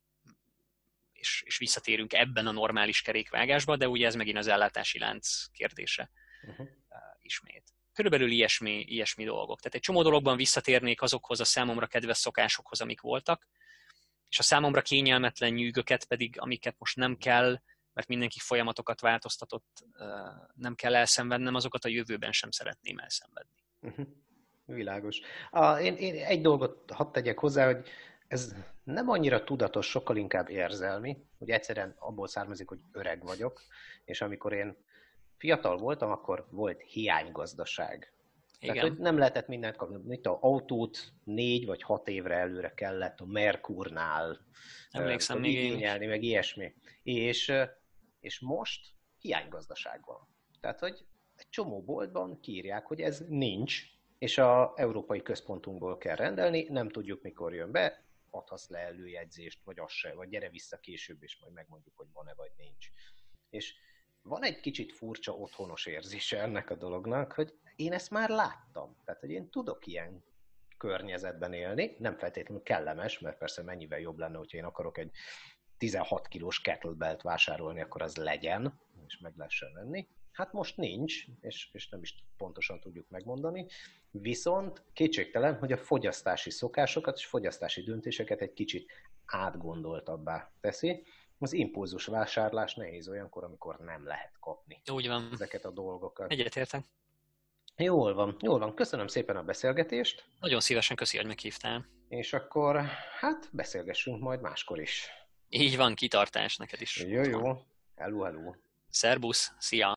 És visszatérünk ebben a normális kerékvágásba, de ugye ez megint az ellátási lánc kérdése ismét. Körülbelül ilyesmi dolgok. Tehát egy csomó dologban visszatérnék azokhoz a számomra kedves szokásokhoz, amik voltak, és a számomra kényelmetlen nyűgöket pedig, amiket most nem kell, mert mindenki folyamatokat változtatott, nem kell elszenvednem, azokat a jövőben sem szeretném elszenvedni. Világos. Én egy dolgot hadd tegyek hozzá, hogy ez nem annyira tudatos, sokkal inkább érzelmi, hogy egyszerűen abból származik, hogy öreg vagyok, és amikor én fiatal voltam, akkor volt hiánygazdaság. Igen. Tehát, hogy nem lehetett mindent kapni. Itt az autót 4 vagy 6 évre előre kellett a Merkurnál igényelni, meg ilyesmi. És most hiánygazdaság van. Tehát, hogy egy csomó boltban kiírják, hogy ez nincs, és az Európai Központunkból kell rendelni, nem tudjuk, mikor jön be, adhatsz le előjegyzést, vagy az se, vagy gyere vissza később, és majd megmondjuk, hogy van-e, vagy nincs. És van egy kicsit furcsa otthonos érzése ennek a dolognak, hogy én ezt már láttam. Tehát, hogy én tudok ilyen környezetben élni, nem feltétlenül kellemes, mert persze mennyivel jobb lenne, hogyha én akarok egy 16 kilós kettlebelt vásárolni, akkor az legyen, és meg lehessen venni. Hát most nincs, és nem is pontosan tudjuk megmondani, viszont kétségtelen, hogy a fogyasztási szokásokat és fogyasztási döntéseket egy kicsit átgondoltabbá teszi. Az impulzus vásárlás nehéz olyankor, amikor nem lehet kapni. Úgy van. Ezeket a dolgokat. Egyetértek. Jól van. Köszönöm szépen a beszélgetést. Nagyon szívesen köszi, hogy meghívtál. És akkor, hát beszélgessünk majd máskor is. Így van, kitartás neked is. Jó. Hello. Szerbusz, szia!